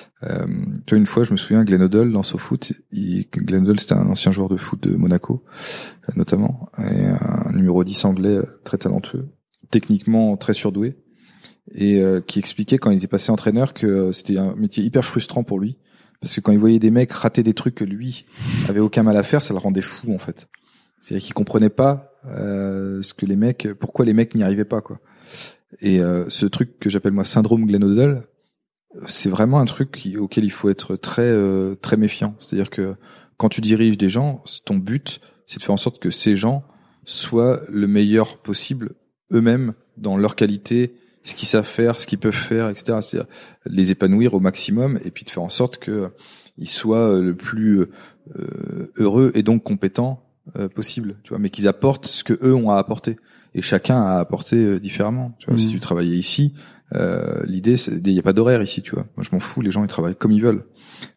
tu vois, une fois je me souviens, Glenn Hoddle dans SoFoot, Glenn Hoddle c'était un ancien joueur de foot de Monaco notamment, et un numéro 10 anglais très talentueux, techniquement très surdoué, et qui expliquait quand il était passé entraîneur que c'était un métier hyper frustrant pour lui, parce que quand il voyait des mecs rater des trucs que lui avait aucun mal à faire, ça le rendait fou en fait. C'est-à-dire qu'il comprenait pas pourquoi les mecs n'y arrivaient pas quoi. Et ce truc que j'appelle moi syndrome Glenn Hoddle, c'est vraiment un truc auquel il faut être très méfiant. C'est-à-dire que quand tu diriges des gens, ton but c'est de faire en sorte que ces gens soient le meilleur possible eux-mêmes dans leur qualité, ce qu'ils savent faire, ce qu'ils peuvent faire, etc. C'est-à-dire les épanouir au maximum et puis de faire en sorte que ils soient le plus heureux et donc compétents possible, tu vois, mais qu'ils apportent ce que eux ont à apporter. Et chacun a apporté différemment. Tu vois, si tu travaillais ici, l'idée, il n'y a pas d'horaire ici, tu vois. Moi, je m'en fous. Les gens, ils travaillent comme ils veulent.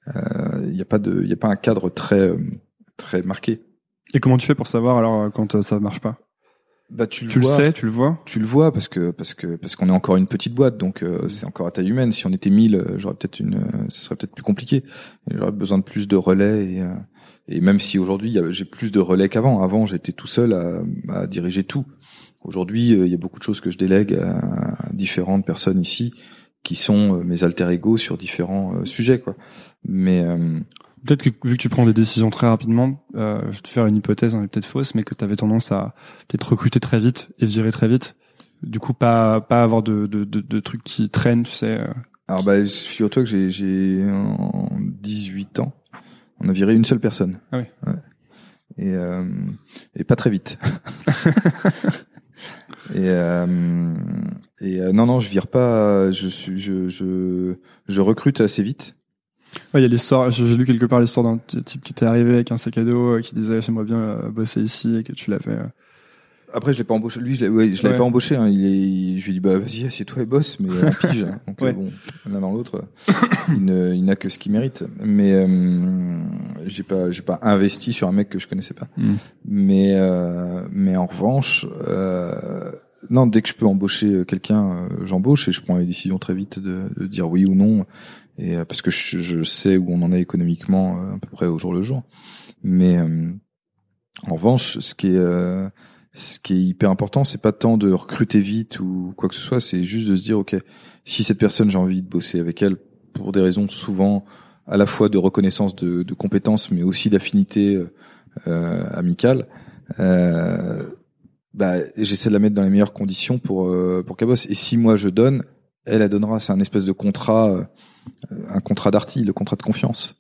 Il y a pas un cadre très marqué. Et comment tu fais pour savoir alors quand ça marche pas? Bah, tu le vois parce qu'on est encore une petite boîte, donc c'est encore à taille humaine. Si on était 1000, ça serait peut-être plus compliqué. J'aurais besoin de plus de relais et même si aujourd'hui j'ai plus de relais qu'avant. Avant, j'étais tout seul à diriger tout. Aujourd'hui, il y a beaucoup de choses que je délègue à différentes personnes ici qui sont mes alter ego sur différents sujets, quoi. Mais peut-être que vu que tu prends des décisions très rapidement, je vais te faire une hypothèse, hein, peut-être fausse, mais que tu avais tendance à peut-être recruter très vite et virer très vite. Du coup, pas avoir de trucs qui traînent, tu sais. Alors figure-toi que j'ai en 18 ans, on a viré une seule personne. Ah oui. Ouais. Et pas très vite. Non, je vire pas. Je recrute assez vite. Ouais, il y a l'histoire. J'ai lu quelque part l'histoire d'un type qui était arrivé avec un sac à dos, qui disait j'aimerais bien bosser ici et que tu l'avais. Après, je l'ai pas embauché. Lui, je l'avais pas embauché. Hein. Je lui ai dit vas-y, assieds-toi et bosse, mais en pige. Hein. Donc bon, l'un dans l'autre, il n'a que ce qu'il mérite. Mais j'ai pas investi sur un mec que je connaissais pas. Mais en revanche, non, dès que je peux embaucher quelqu'un, j'embauche et je prends les décisions très vite de dire oui ou non. Et parce que je sais où on en est économiquement à peu près au jour le jour. Mais en revanche, ce qui est hyper important, c'est pas tant de recruter vite ou quoi que ce soit, c'est juste de se dire ok, si cette personne j'ai envie de bosser avec elle pour des raisons souvent à la fois de reconnaissance de compétences, mais aussi d'affinité amicale, j'essaie de la mettre dans les meilleures conditions pour qu'elle bosse. Et si moi je donne, elle donnera. C'est un espèce de contrat, un contrat d'arty, le contrat de confiance.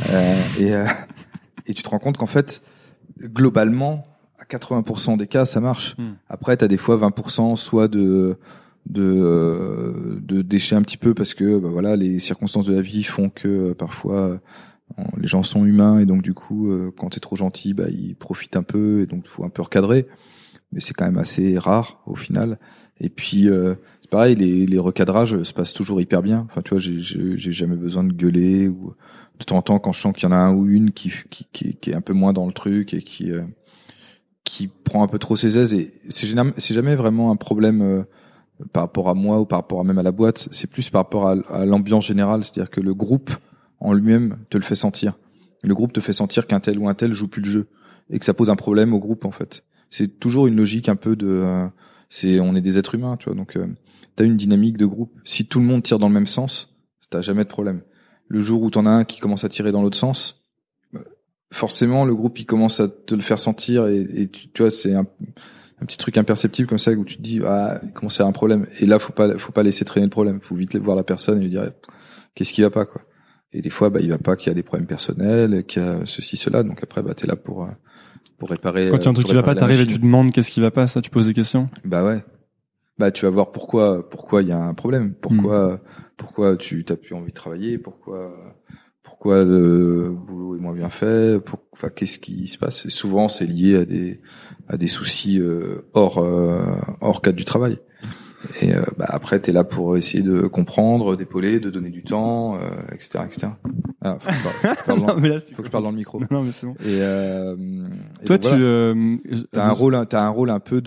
Et tu te rends compte qu'en fait, globalement, à 80% des cas, ça marche. Après, t'as des fois 20%, soit de déchets un petit peu parce que voilà, les circonstances de la vie font que parfois les gens sont humains et donc du coup, quand t'es trop gentil, ils profitent un peu et donc il faut un peu recadrer. Mais c'est quand même assez rare au final. Et puis c'est pareil, les recadrages se passent toujours hyper bien. Enfin, tu vois, j'ai jamais besoin de gueuler ou de temps en temps quand je sens qu'il y en a un ou une qui est un peu moins dans le truc et qui prend un peu trop ses aises. Et c'est jamais vraiment un problème par rapport à moi ou par rapport même à la boîte. C'est plus par rapport à l'ambiance générale, c'est-à-dire que le groupe en lui-même te le fait sentir. Le groupe te fait sentir qu'un tel ou un tel joue plus le jeu et que ça pose un problème au groupe en fait. C'est toujours une logique un peu on est des êtres humains, tu vois. Donc t'as une dynamique de groupe. Si tout le monde tire dans le même sens, t'as jamais de problème. Le jour où t'en as un qui commence à tirer dans l'autre sens, forcément le groupe il commence à te le faire sentir et tu vois, c'est un petit truc imperceptible comme ça où tu te dis il commence à y avoir un problème. Et là faut pas laisser traîner le problème. Faut vite voir la personne et lui dire qu'est-ce qui va pas quoi. Et des fois il va pas, qu'il y a des problèmes personnels, qu'il y a ceci cela. Donc après t'es là pour réparer. Quand il y a un truc qui va pas, t'arrives et tu demandes qu'est-ce qui va pas, ça, tu poses des questions. Ouais. Tu vas voir pourquoi il y a un problème. Pourquoi tu t'as plus envie de travailler, pourquoi le boulot est moins bien fait, qu'est-ce qui se passe. Et souvent, c'est lié à des soucis, hors cadre du travail. Et, après, t'es là pour essayer de comprendre, d'épauler, de donner du temps, etc., etc. Ah, faut que je parle Non, mais là, faut que je parle dans le micro. Non, mais c'est bon. Et Toi, donc, voilà. T'as un rôle un peu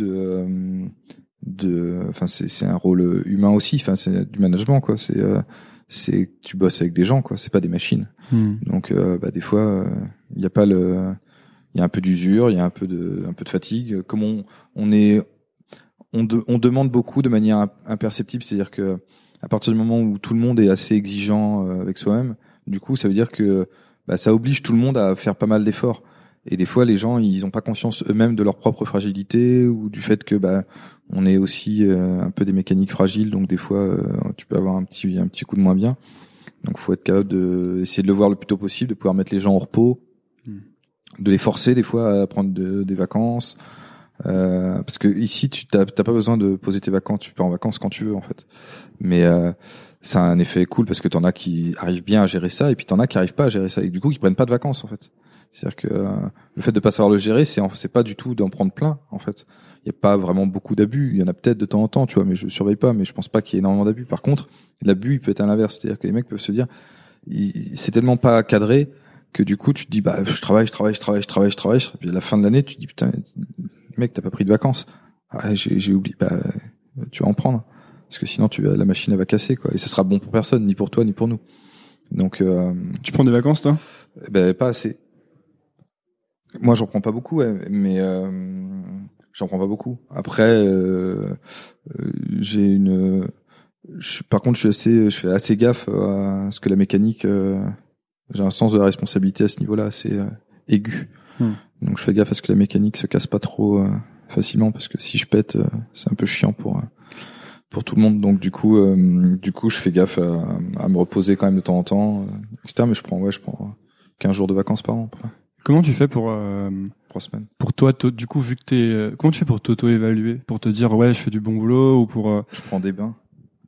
enfin c'est un rôle humain aussi. Enfin c'est du management quoi. C'est tu bosses avec des gens quoi. C'est pas des machines. Donc des fois il y a pas il y a un peu d'usure, il y a un peu de fatigue. Comme on demande beaucoup de manière imperceptible, c'est-à-dire que à partir du moment où tout le monde est assez exigeant avec soi-même, du coup, ça veut dire que ça oblige tout le monde à faire pas mal d'efforts. Et des fois, les gens, ils ont pas conscience eux-mêmes de leur propre fragilité ou du fait que on est aussi un peu des mécaniques fragiles. Donc des fois, tu peux avoir un petit coup de moins bien. Donc faut être capable essayer de le voir le plus tôt possible, de pouvoir mettre les gens au repos, de les forcer des fois à prendre des vacances. Parce que ici, t'as pas besoin de poser tes vacances, tu peux en vacances quand tu veux en fait. Mais ça a un effet cool parce que t'en as qui arrivent bien à gérer ça et puis t'en as qui arrivent pas à gérer ça et du coup qui prennent pas de vacances en fait. C'est-à-dire que le fait de pas savoir le gérer, c'est pas du tout d'en prendre plein en fait. Il y a pas vraiment beaucoup d'abus, il y en a peut-être de temps en temps, tu vois, mais je surveille pas, mais je pense pas qu'il y ait énormément d'abus. Par contre, l'abus il peut être à l'inverse, c'est-à-dire que les mecs peuvent se dire c'est tellement pas cadré que du coup tu te dis je travaille et puis à la fin de l'année tu te dis putain mec t'as pas pris de vacances. Ah, j'ai oublié, tu vas en prendre parce que sinon la machine elle va casser quoi et ça sera bon pour personne, ni pour toi ni pour nous. Donc tu prends des vacances toi? Pas assez. Moi j'en prends pas beaucoup mais j'en prends pas beaucoup. Après par contre je fais assez gaffe à ce que la mécanique j'ai un sens de la responsabilité à ce niveau-là assez aigu. Donc je fais gaffe à ce que la mécanique se casse pas trop facilement parce que si je pète c'est un peu chiant pour tout le monde. Donc du coup je fais gaffe à me reposer quand même de temps en temps etc. Mais je prends 15 jours de vacances par an. Comment tu fais pour 3 semaines. Pour toi du coup vu que comment tu fais pour t'auto-évaluer, pour te dire ouais je fais du bon boulot ou pour Je prends des bains.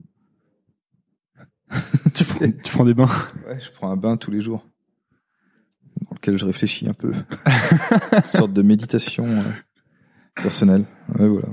tu prends des bains? Ouais, je prends un bain tous les jours dans lequel je réfléchis un peu. Une sorte de méditation personnelle. Ouais, voilà.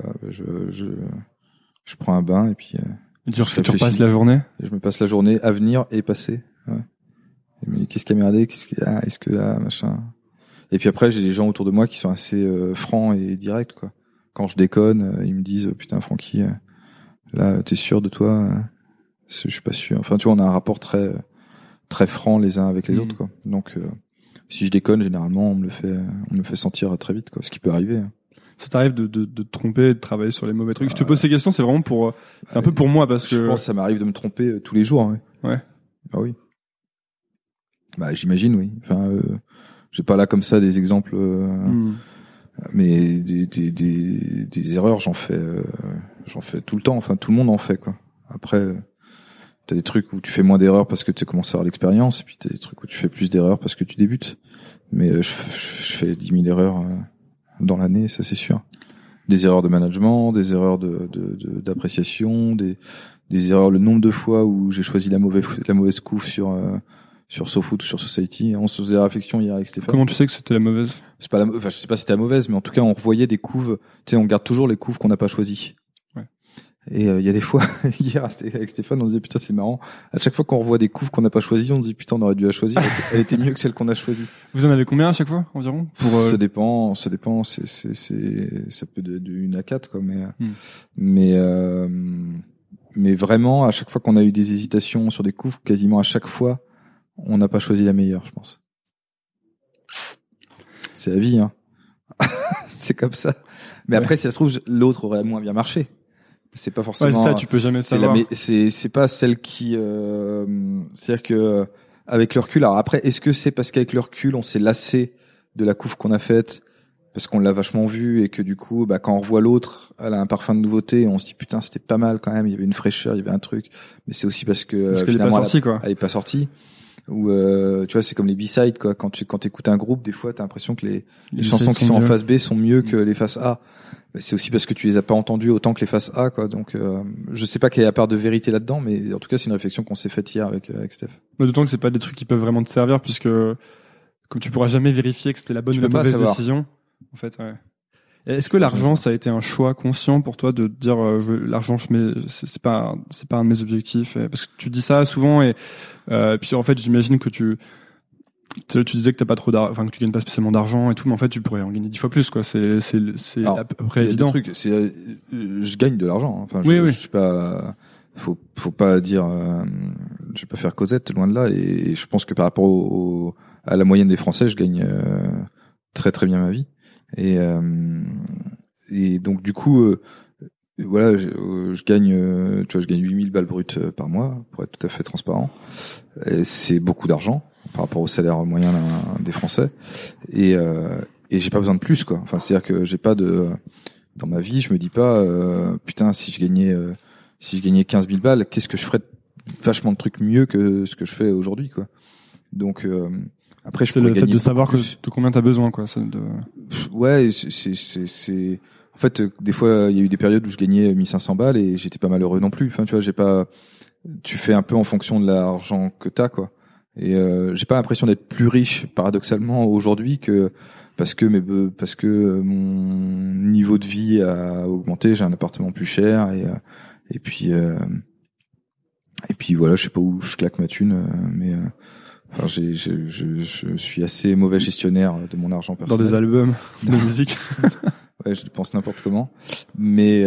Je prends un bain et puis tu repasses la journée? Et je me passe la journée à venir et passer. Ouais. Mais qu'est-ce qui a merdé? Est-ce que machin. Et puis après, j'ai des gens autour de moi qui sont assez francs et directs quoi. Quand je déconne, ils me disent putain Francky, là t'es sûr de toi? Je suis pas sûr. Enfin, tu vois, on a un rapport très très franc les uns avec les autres, quoi. Donc, si je déconne, généralement, on me le fait sentir très vite, quoi. Ce qui peut arriver. Ça t'arrive de te tromper, de travailler sur les mauvais trucs? Je te pose ces questions, c'est vraiment c'est un peu pour moi parce que. Je pense que ça m'arrive de me tromper tous les jours, hein. Ouais. Ah oui. J'imagine, oui. Enfin, j'ai pas là comme ça des exemples, mais des erreurs, j'en fais tout le temps. Enfin, tout le monde en fait, quoi. Après, t'as des trucs où tu fais moins d'erreurs parce que tu commences à avoir l'expérience, et puis t'as des trucs où tu fais plus d'erreurs parce que tu débutes. Mais je fais 10 000 erreurs dans l'année, ça c'est sûr. Des erreurs de management, des erreurs d'appréciation, des erreurs, le nombre de fois où j'ai choisi la mauvaise couve sur SoFoot ou sur Society. On se faisait la réflexion hier avec Stéphane. Comment tu sais que c'était la mauvaise? C'est pas je sais pas si c'était la mauvaise, mais en tout cas on revoyait des couves. Tu sais, on garde toujours les couves qu'on n'a pas choisies. Et il y a des fois, hier avec Stéphane, on disait putain c'est marrant. À chaque fois qu'on revoit des couves qu'on n'a pas choisies, on se dit putain on aurait dû la choisir. Elle était mieux que celle qu'on a choisie. Vous en avez combien à chaque fois environ? Ça dépend. Ça peut de 1 à 4 quoi. Mais vraiment à chaque fois qu'on a eu des hésitations sur des couves, quasiment à chaque fois, on n'a pas choisi la meilleure, je pense. C'est la vie, hein. C'est comme ça. Mais après, si ça se trouve, l'autre aurait moins bien marché. C'est pas forcément. Ouais, ça, tu peux jamais savoir. C'est pas celle qui. C'est-à-dire que avec le recul. Alors après, est-ce que c'est parce qu'avec le recul, on s'est lassé de la couve qu'on a faite parce qu'on l'a vachement vue et que du coup, quand on revoit l'autre, elle a un parfum de nouveauté, et on se dit putain, c'était pas mal quand même. Il y avait une fraîcheur, il y avait un truc. Mais c'est aussi parce que finalement, elle est pas sortie. Ou tu vois, c'est comme les B-sides quoi. Quand t'écoutes un groupe, des fois, t'as l'impression que les chansons qui sont en face B sont mieux que les faces A. C'est aussi parce que tu les as pas entendues autant que les faces A, quoi. Donc, je sais pas quelle est la part de vérité là-dedans, mais en tout cas, c'est une réflexion qu'on s'est faite hier avec Steph. D'autant que c'est pas des trucs qui peuvent vraiment te servir, puisque comme tu pourras jamais vérifier que c'était la bonne ou la mauvaise décision, en fait, ouais. Est-ce que l'argent, ça a été un choix conscient pour toi de dire l'argent, c'est pas un de mes objectifs, parce que tu dis ça souvent et puis en fait j'imagine que tu disais que t'as pas trop que tu gagnes pas spécialement d'argent et tout, mais en fait tu pourrais en gagner 10 fois plus, quoi. C'est à peu près évident. Je gagne de l'argent. Enfin, je suis pas. Faut pas dire. Je vais pas faire Cosette, loin de là. Et je pense que par rapport à la moyenne des Français, je gagne très très bien ma vie. Et donc du coup, voilà, je gagne. Tu vois, je gagne 8000 balles brutes par mois, pour être tout à fait transparent. Et c'est beaucoup d'argent par rapport au salaire moyen des Français. Et j'ai pas besoin de plus, quoi. Enfin, c'est-à-dire que j'ai pas dans ma vie, je me dis pas putain, si je gagnais 15 000 balles, qu'est-ce que je ferais vachement de trucs mieux que ce que je fais aujourd'hui, quoi. Donc après, je pourrais gagner. C'est le fait de savoir de combien t'as besoin, quoi. Ouais, c'est en fait, des fois, il y a eu des périodes où je gagnais 1500 balles et j'étais pas malheureux non plus. Enfin, tu vois, tu fais un peu en fonction de l'argent que t'as, quoi. Et j'ai pas l'impression d'être plus riche, paradoxalement, aujourd'hui parce que mon niveau de vie a augmenté, j'ai un appartement plus cher et puis voilà, je sais pas où je claque ma thune, mais enfin, je suis assez mauvais gestionnaire de mon argent personnel. Dans des albums de musique. Ouais, je pense n'importe comment, mais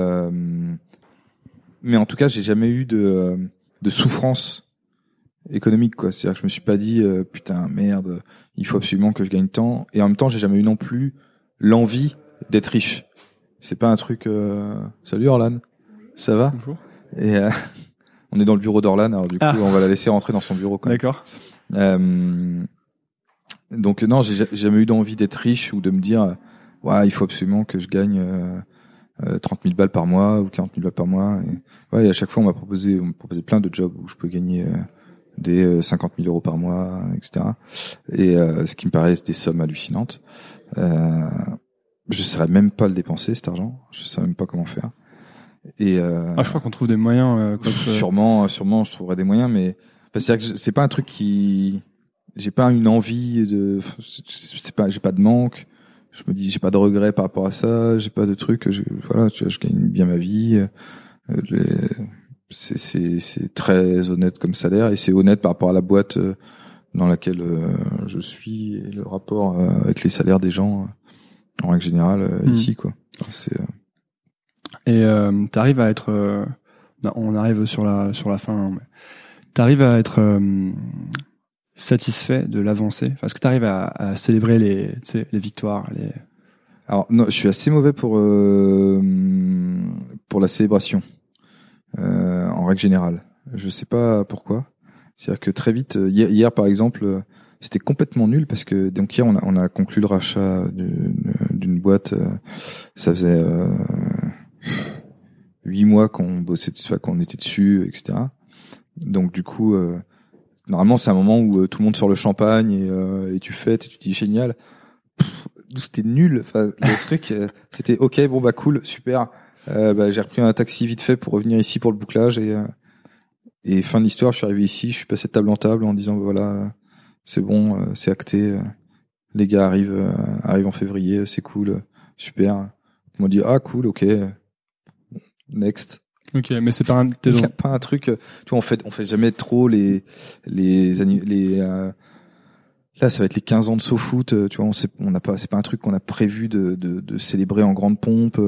en tout cas, j'ai jamais eu de souffrance économique, quoi. C'est-à-dire que je me suis pas dit putain merde, il faut absolument que je gagne tant, et en même temps j'ai jamais eu non plus l'envie d'être riche. C'est pas un truc salut Orlan, ça va? Bonjour. Et on est dans le bureau d'Orlan, alors du coup on va la laisser rentrer dans son bureau, quoi. D'accord. Donc non, j'ai jamais eu d'envie d'être riche ou de me dire ouais, il faut absolument que je gagne 30 000 balles par mois ou 40 000 balles par mois. Et, ouais, et à chaque fois on m'a proposé plein de jobs où je peux gagner des 50 000 euros par mois, etc. Et ce qui me paraît des sommes hallucinantes. Je saurais même pas le dépenser, cet argent. Je sais même pas comment faire. Et je crois qu'on trouve des moyens. Sûrement, je trouverai des moyens, mais c'est-à-dire que c'est pas un truc j'ai pas une envie j'ai pas de manque. Je me dis, j'ai pas de regrets par rapport à ça. J'ai pas de trucs. Voilà, tu vois, je gagne bien ma vie. C'est très honnête comme salaire et c'est honnête par rapport à la boîte dans laquelle je suis et le rapport avec les salaires des gens en règle générale ici, quoi. Enfin, et t'arrives à être on arrive sur la fin, hein, mais t'arrives à être satisfait de l'avancée? Est-ce que t'arrives à célébrer les victoires, Alors non, je suis assez mauvais pour la célébration. En règle générale, je sais pas pourquoi. C'est-à-dire que très vite, hier par exemple, c'était complètement nul parce que donc hier on a conclu le rachat d'une boîte. Ça faisait 8 mois qu'on bossait dessus, qu'on était dessus, etc. Donc du coup, normalement c'est un moment où tout le monde sort le champagne et tu fêtes et tu te dis génial. C'était nul. Enfin, le truc, c'était ok, bon bah cool, super. J'ai repris un taxi vite fait pour revenir ici pour le bouclage et fin de l'histoire, je suis arrivé ici, je suis passé de table en table en disant voilà, c'est bon, c'est acté, les gars arrivent en février, c'est cool, super. Ils m'ont dit ah cool, ok, next. Ok, mais c'est pas il y a pas un truc, tu vois, on fait jamais trop les là, ça va être les 15 ans de SoFoot, tu vois, c'est pas un truc qu'on a prévu de célébrer en grande pompe.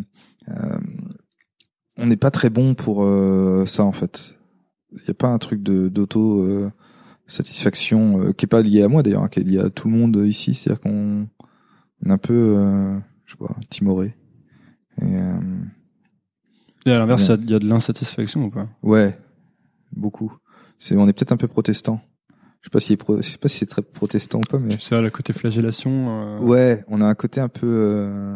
On n'est pas très bon pour ça, en fait. Il y a pas un truc d'auto satisfaction qui est pas lié à moi d'ailleurs, hein, qui est lié à tout le monde ici, c'est-à-dire qu'on est un peu je sais pas, timoré. Et à l'inverse, il y a de l'insatisfaction ou pas? Ouais, beaucoup. On est peut-être un peu protestant. Je sais pas si c'est très protestant ou pas, mais c'est ça, le côté flagellation. Ouais, on a un côté un peu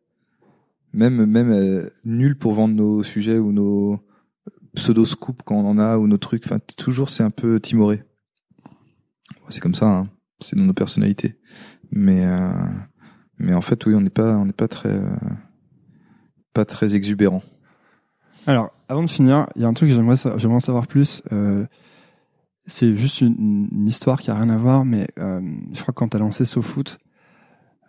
même nul pour vendre nos sujets ou nos pseudo-scoops quand on en a ou nos trucs. Enfin, toujours c'est un peu timoré. C'est comme ça, hein. C'est dans nos personnalités. Mais en fait, oui, on n'est pas très exubérant. Alors, avant de finir, il y a un truc que j'aimerais en savoir plus. C'est juste une histoire qui a rien à voir, mais je crois que quand t'as lancé SoFoot,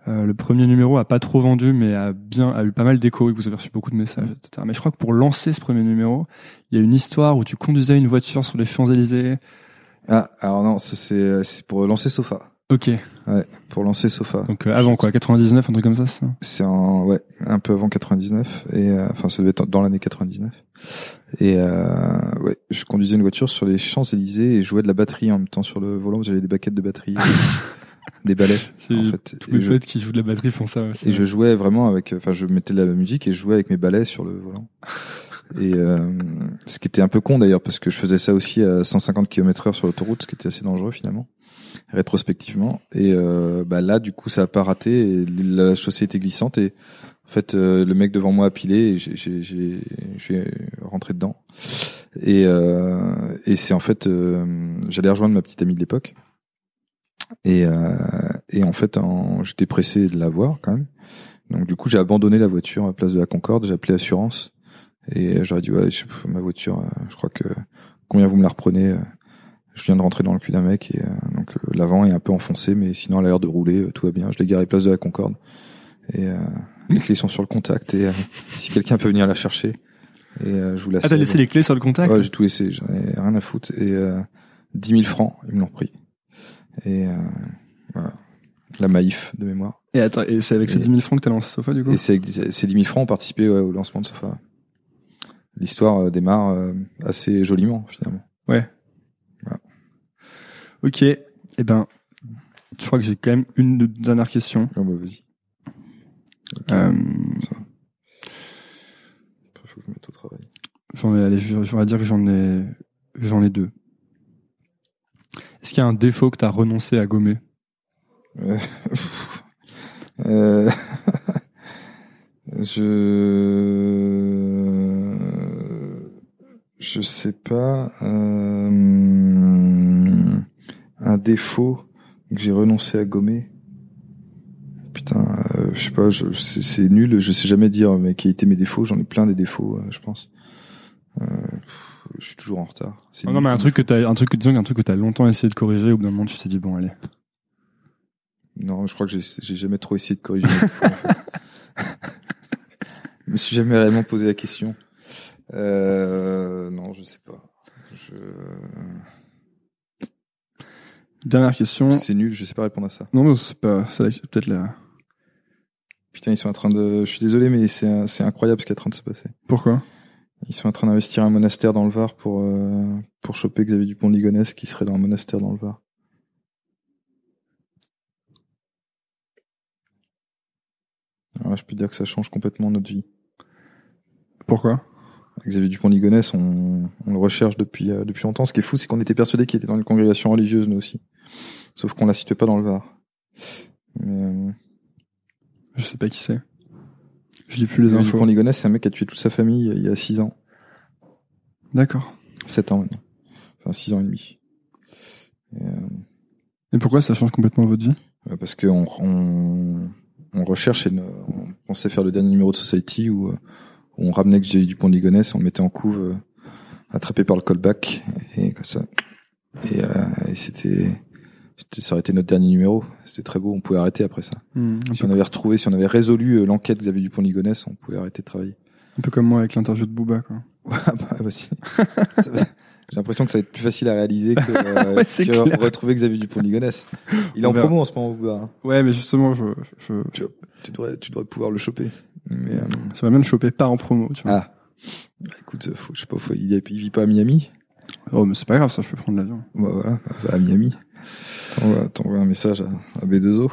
Le premier numéro a pas trop vendu, mais a eu pas mal d'écho et que vous avez reçu beaucoup de messages, etc. Mais je crois que pour lancer ce premier numéro, il y a une histoire où tu conduisais une voiture sur les Champs-Élysées. Ah, alors non, ça c'est pour lancer Sofa. Ok. Ouais, pour lancer Sofa. Donc avant quoi, 99, un truc comme ça, c'est ça? C'est un peu avant 99 et enfin ça devait être dans l'année 99. Et ouais, je conduisais une voiture sur les Champs-Élysées et je jouais de la batterie en même temps sur le volant, j'avais des baquettes de batterie. Des balais en fait. Tous mes potes qui jouent de la batterie font ça aussi. Et je jouais vraiment je mettais de la musique et je jouais avec mes balais sur le volant. Et ce qui était un peu con d'ailleurs parce que je faisais ça aussi à 150 km/h sur l'autoroute, ce qui était assez dangereux finalement, rétrospectivement. Et là du coup ça a pas raté et la chaussée était glissante et en fait le mec devant moi a pilé et j'ai rentré dedans. Et c'est en fait j'allais rejoindre ma petite amie de l'époque. Et en fait, j'étais pressé de la voir quand même. Donc du coup, j'ai abandonné la voiture à la place de la Concorde. J'ai appelé Assurance et j'aurais dit ma voiture, je crois que combien vous me la reprenez? Je viens de rentrer dans le cul d'un mec et donc l'avant est un peu enfoncé, mais sinon elle a l'air de rouler, tout va bien. Je l'ai garé place de la Concorde et les clés sont sur le contact et si quelqu'un peut venir la chercher et je vous la cède. Ah, t'as laissé les clés sur le contact? Ouais, j'ai tout laissé. J'en ai rien à foutre et 10 000 francs, ils me l'ont pris. Et voilà, la Maïf de mémoire. Et attends, et c'est avec ces 10 000 francs que t'as lancé Sofa du coup? Et c'est avec ces 10 000 francs ont participé au lancement de Sofa. L'histoire démarre assez joliment finalement. Ouais. Voilà. Ok. Eh ben, je crois que j'ai quand même une dernière question. Oh bah vas-y. Okay. Ça. Après, faut que je me mette au travail. Je vais dire que j'en ai deux. Est-ce qu'il y a un défaut que tu as renoncé à gommer? Je sais pas. Un défaut que j'ai renoncé à gommer. Putain, je sais pas. C'est nul. Je sais jamais dire mais quels étaient mes défauts. J'en ai plein des défauts, je pense. Je suis toujours en retard. Non, mais un truc que t'as longtemps essayé de corriger, au bout d'un moment tu t'es dit bon allez. Non, je crois que j'ai jamais trop essayé de corriger. En fait. Je me suis jamais réellement posé la question. Non, je sais pas. Dernière question. C'est nul, je sais pas répondre à ça. Non, mais c'est pas ça, c'est peut-être la. Putain, ils sont en train de. Je suis désolé, mais c'est incroyable ce qui est en train de se passer. Pourquoi? Ils sont en train d'investir un monastère dans le Var pour choper Xavier Dupont de Ligonnès qui serait dans un monastère dans le Var. Alors là, je peux dire que ça change complètement notre vie. Pourquoi? Xavier Dupont de Ligonnès, on le recherche depuis longtemps. Ce qui est fou, c'est qu'on était persuadé qu'il était dans une congrégation religieuse, nous aussi. Sauf qu'on la situait pas dans le Var. Mais, je sais pas qui c'est. Je lis plus les infos. Dupont de Ligonnès, c'est un mec qui a tué toute sa famille il y a 6 ans. D'accord. 7 ans maintenant. Enfin, 6 ans et demi. Et pourquoi ça change complètement votre vie? Parce que on recherche on pensait faire le dernier numéro de Society où on ramenait Xavier Dupont de Ligonnès, on le mettait en couve, attrapé par le callback et comme ça. Et ça aurait été notre dernier numéro. C'était très beau, on pouvait arrêter après ça. Si on avait résolu l'enquête Xavier Dupont de Ligonnès, on pouvait arrêter de travailler. Un peu comme moi avec l'interview de Booba, quoi. bah si. J'ai l'impression que ça va être plus facile à réaliser que retrouver Xavier Dupont de Ligonnès. Il est en promo en ce moment, Booba. Ouais, mais justement, tu devrais pouvoir le choper. Mais j'aimerais bien le choper, pas en promo, tu vois. Ah. Bah, écoute, je sais pas, il vit pas à Miami. Oh, mais c'est pas grave, ça, je peux prendre l'avion. Bah voilà, à Miami. T'envoies un message à B2O.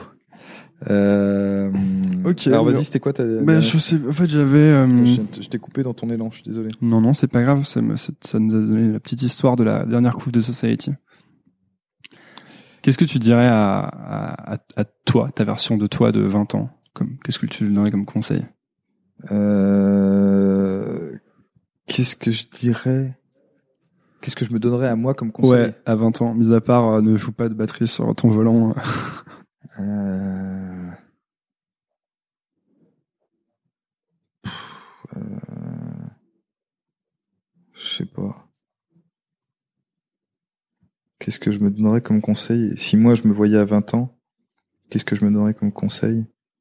Ok. Alors vas-y, c'était quoi ta... je sais, en fait, j'avais... Attends, je t'ai coupé dans ton élan, je suis désolé. Non, c'est pas grave, ça nous a donné la petite histoire de la dernière coupe de Society. Qu'est-ce que tu dirais à toi, ta version de toi de 20 ans? Qu'est-ce que tu lui donnerais comme conseil? Qu'est-ce que je dirais? Qu'est-ce que je me donnerais à moi comme conseil? Ouais, à 20 ans, mis à part ne joue pas de batterie sur ton volant. Je sais pas. Qu'est-ce que je me donnerais comme conseil? Si moi je me voyais à 20 ans, qu'est-ce que je me donnerais comme conseil?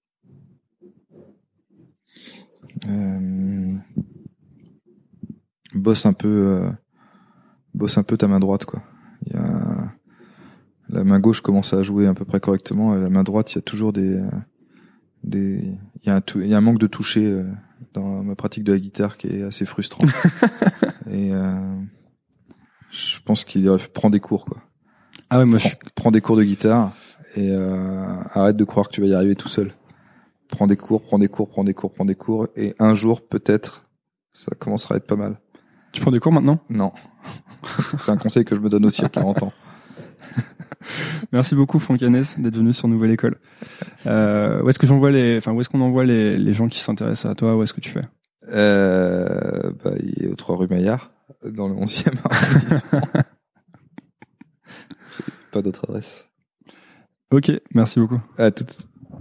Bosse un peu ta main droite, quoi. Il y a la main gauche commence à jouer à peu près correctement, et la main droite, il y a toujours il y a un manque de toucher dans ma pratique de la guitare qui est assez frustrant. Et je pense qu'il prend des cours, quoi. Ah ouais, moi prends des cours de guitare et arrête de croire que tu vas y arriver tout seul. Prends des cours et un jour peut-être ça commencera à être pas mal. Tu prends des cours maintenant ? Non. C'est un conseil que je me donne aussi à 40 ans. Merci beaucoup Franck Hanès d'être venu sur Nouvelle École. Où est-ce qu'on envoie les gens qui s'intéressent à toi ? Où est-ce que tu fais ? Il est aux 3 rue Maillard, dans le 11e arrondissement. Pas d'autre adresse. Ok, merci beaucoup. À toutes.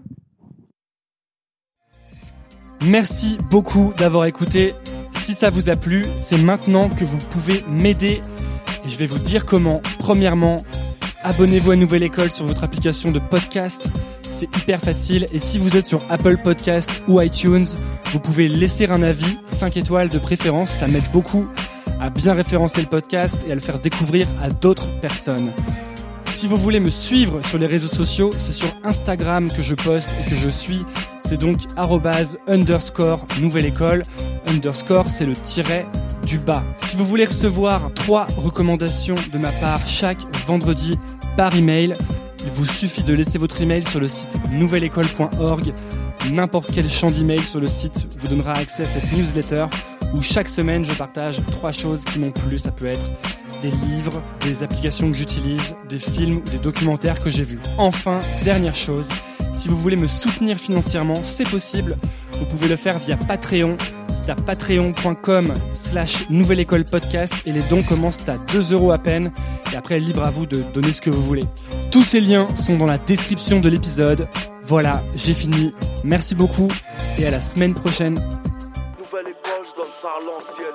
Merci beaucoup d'avoir écouté. Si ça vous a plu, c'est maintenant que vous pouvez m'aider. Et je vais vous dire comment. Premièrement, abonnez-vous à Nouvelle École sur votre application de podcast. C'est hyper facile. Et si vous êtes sur Apple Podcast ou iTunes, vous pouvez laisser un avis, 5 étoiles de préférence. Ça m'aide beaucoup à bien référencer le podcast et à le faire découvrir à d'autres personnes. Si vous voulez me suivre sur les réseaux sociaux, c'est sur Instagram que je poste et que je suis. C'est donc @_Nouvelle École. _ c'est le tiret du bas. Si vous voulez recevoir 3 recommandations de ma part chaque vendredi par email, il vous suffit de laisser votre email sur le site nouvelleécole.org. N'importe quel champ d'email sur le site vous donnera accès à cette newsletter où chaque semaine je partage 3 choses qui m'ont plu. Ça peut être des livres, des applications que j'utilise, des films ou des documentaires que j'ai vus. Enfin, dernière chose, si vous voulez me soutenir financièrement, c'est possible. Vous pouvez le faire via Patreon. C'est à patreon.com/nouvelleécolepodcast et les dons commencent à 2€ à peine. Et après, libre à vous de donner ce que vous voulez. Tous ces liens sont dans la description de l'épisode. Voilà, j'ai fini. Merci beaucoup et à la semaine prochaine. Nouvelle école, je donne ça à l'ancienne.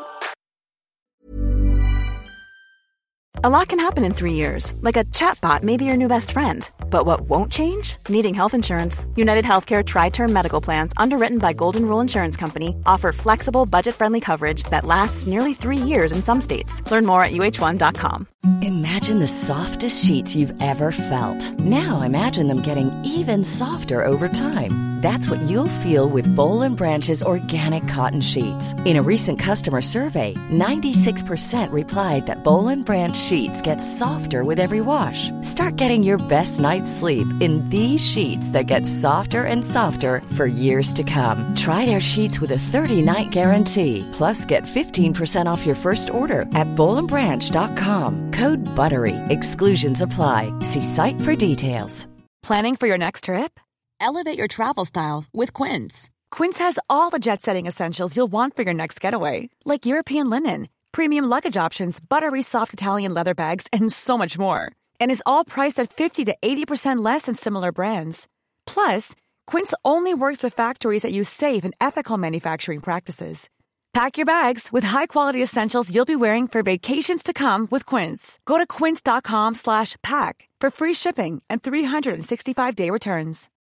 A lot can happen in 3 years, like a chatbot may be your new best friend. But what won't change? Needing health insurance. United Healthcare Tri-Term Medical Plans, underwritten by Golden Rule Insurance Company, offer flexible, budget-friendly coverage that lasts nearly 3 years in some states. Learn more at uh1.com. Imagine the softest sheets you've ever felt. Now imagine them getting even softer over time. That's what you'll feel with Boll & Branch's organic cotton sheets. In a recent customer survey, 96% replied that Boll & Branch sheets get softer with every wash. Start getting your best night's sleep in these sheets that get softer and softer for years to come. Try their sheets with a 30-night guarantee. Plus, get 15% off your first order at bollandbranch.com. Code BUTTERY. Exclusions apply. See site for details. Planning for your next trip? Elevate your travel style with Quince. Quince has all the jet-setting essentials you'll want for your next getaway, like European linen, premium luggage options, buttery soft Italian leather bags, and so much more. And is all priced at 50 to 80% less than similar brands. Plus, Quince only works with factories that use safe and ethical manufacturing practices. Pack your bags with high-quality essentials you'll be wearing for vacations to come with Quince. Go to quince.com/pack for free shipping and 365-day returns.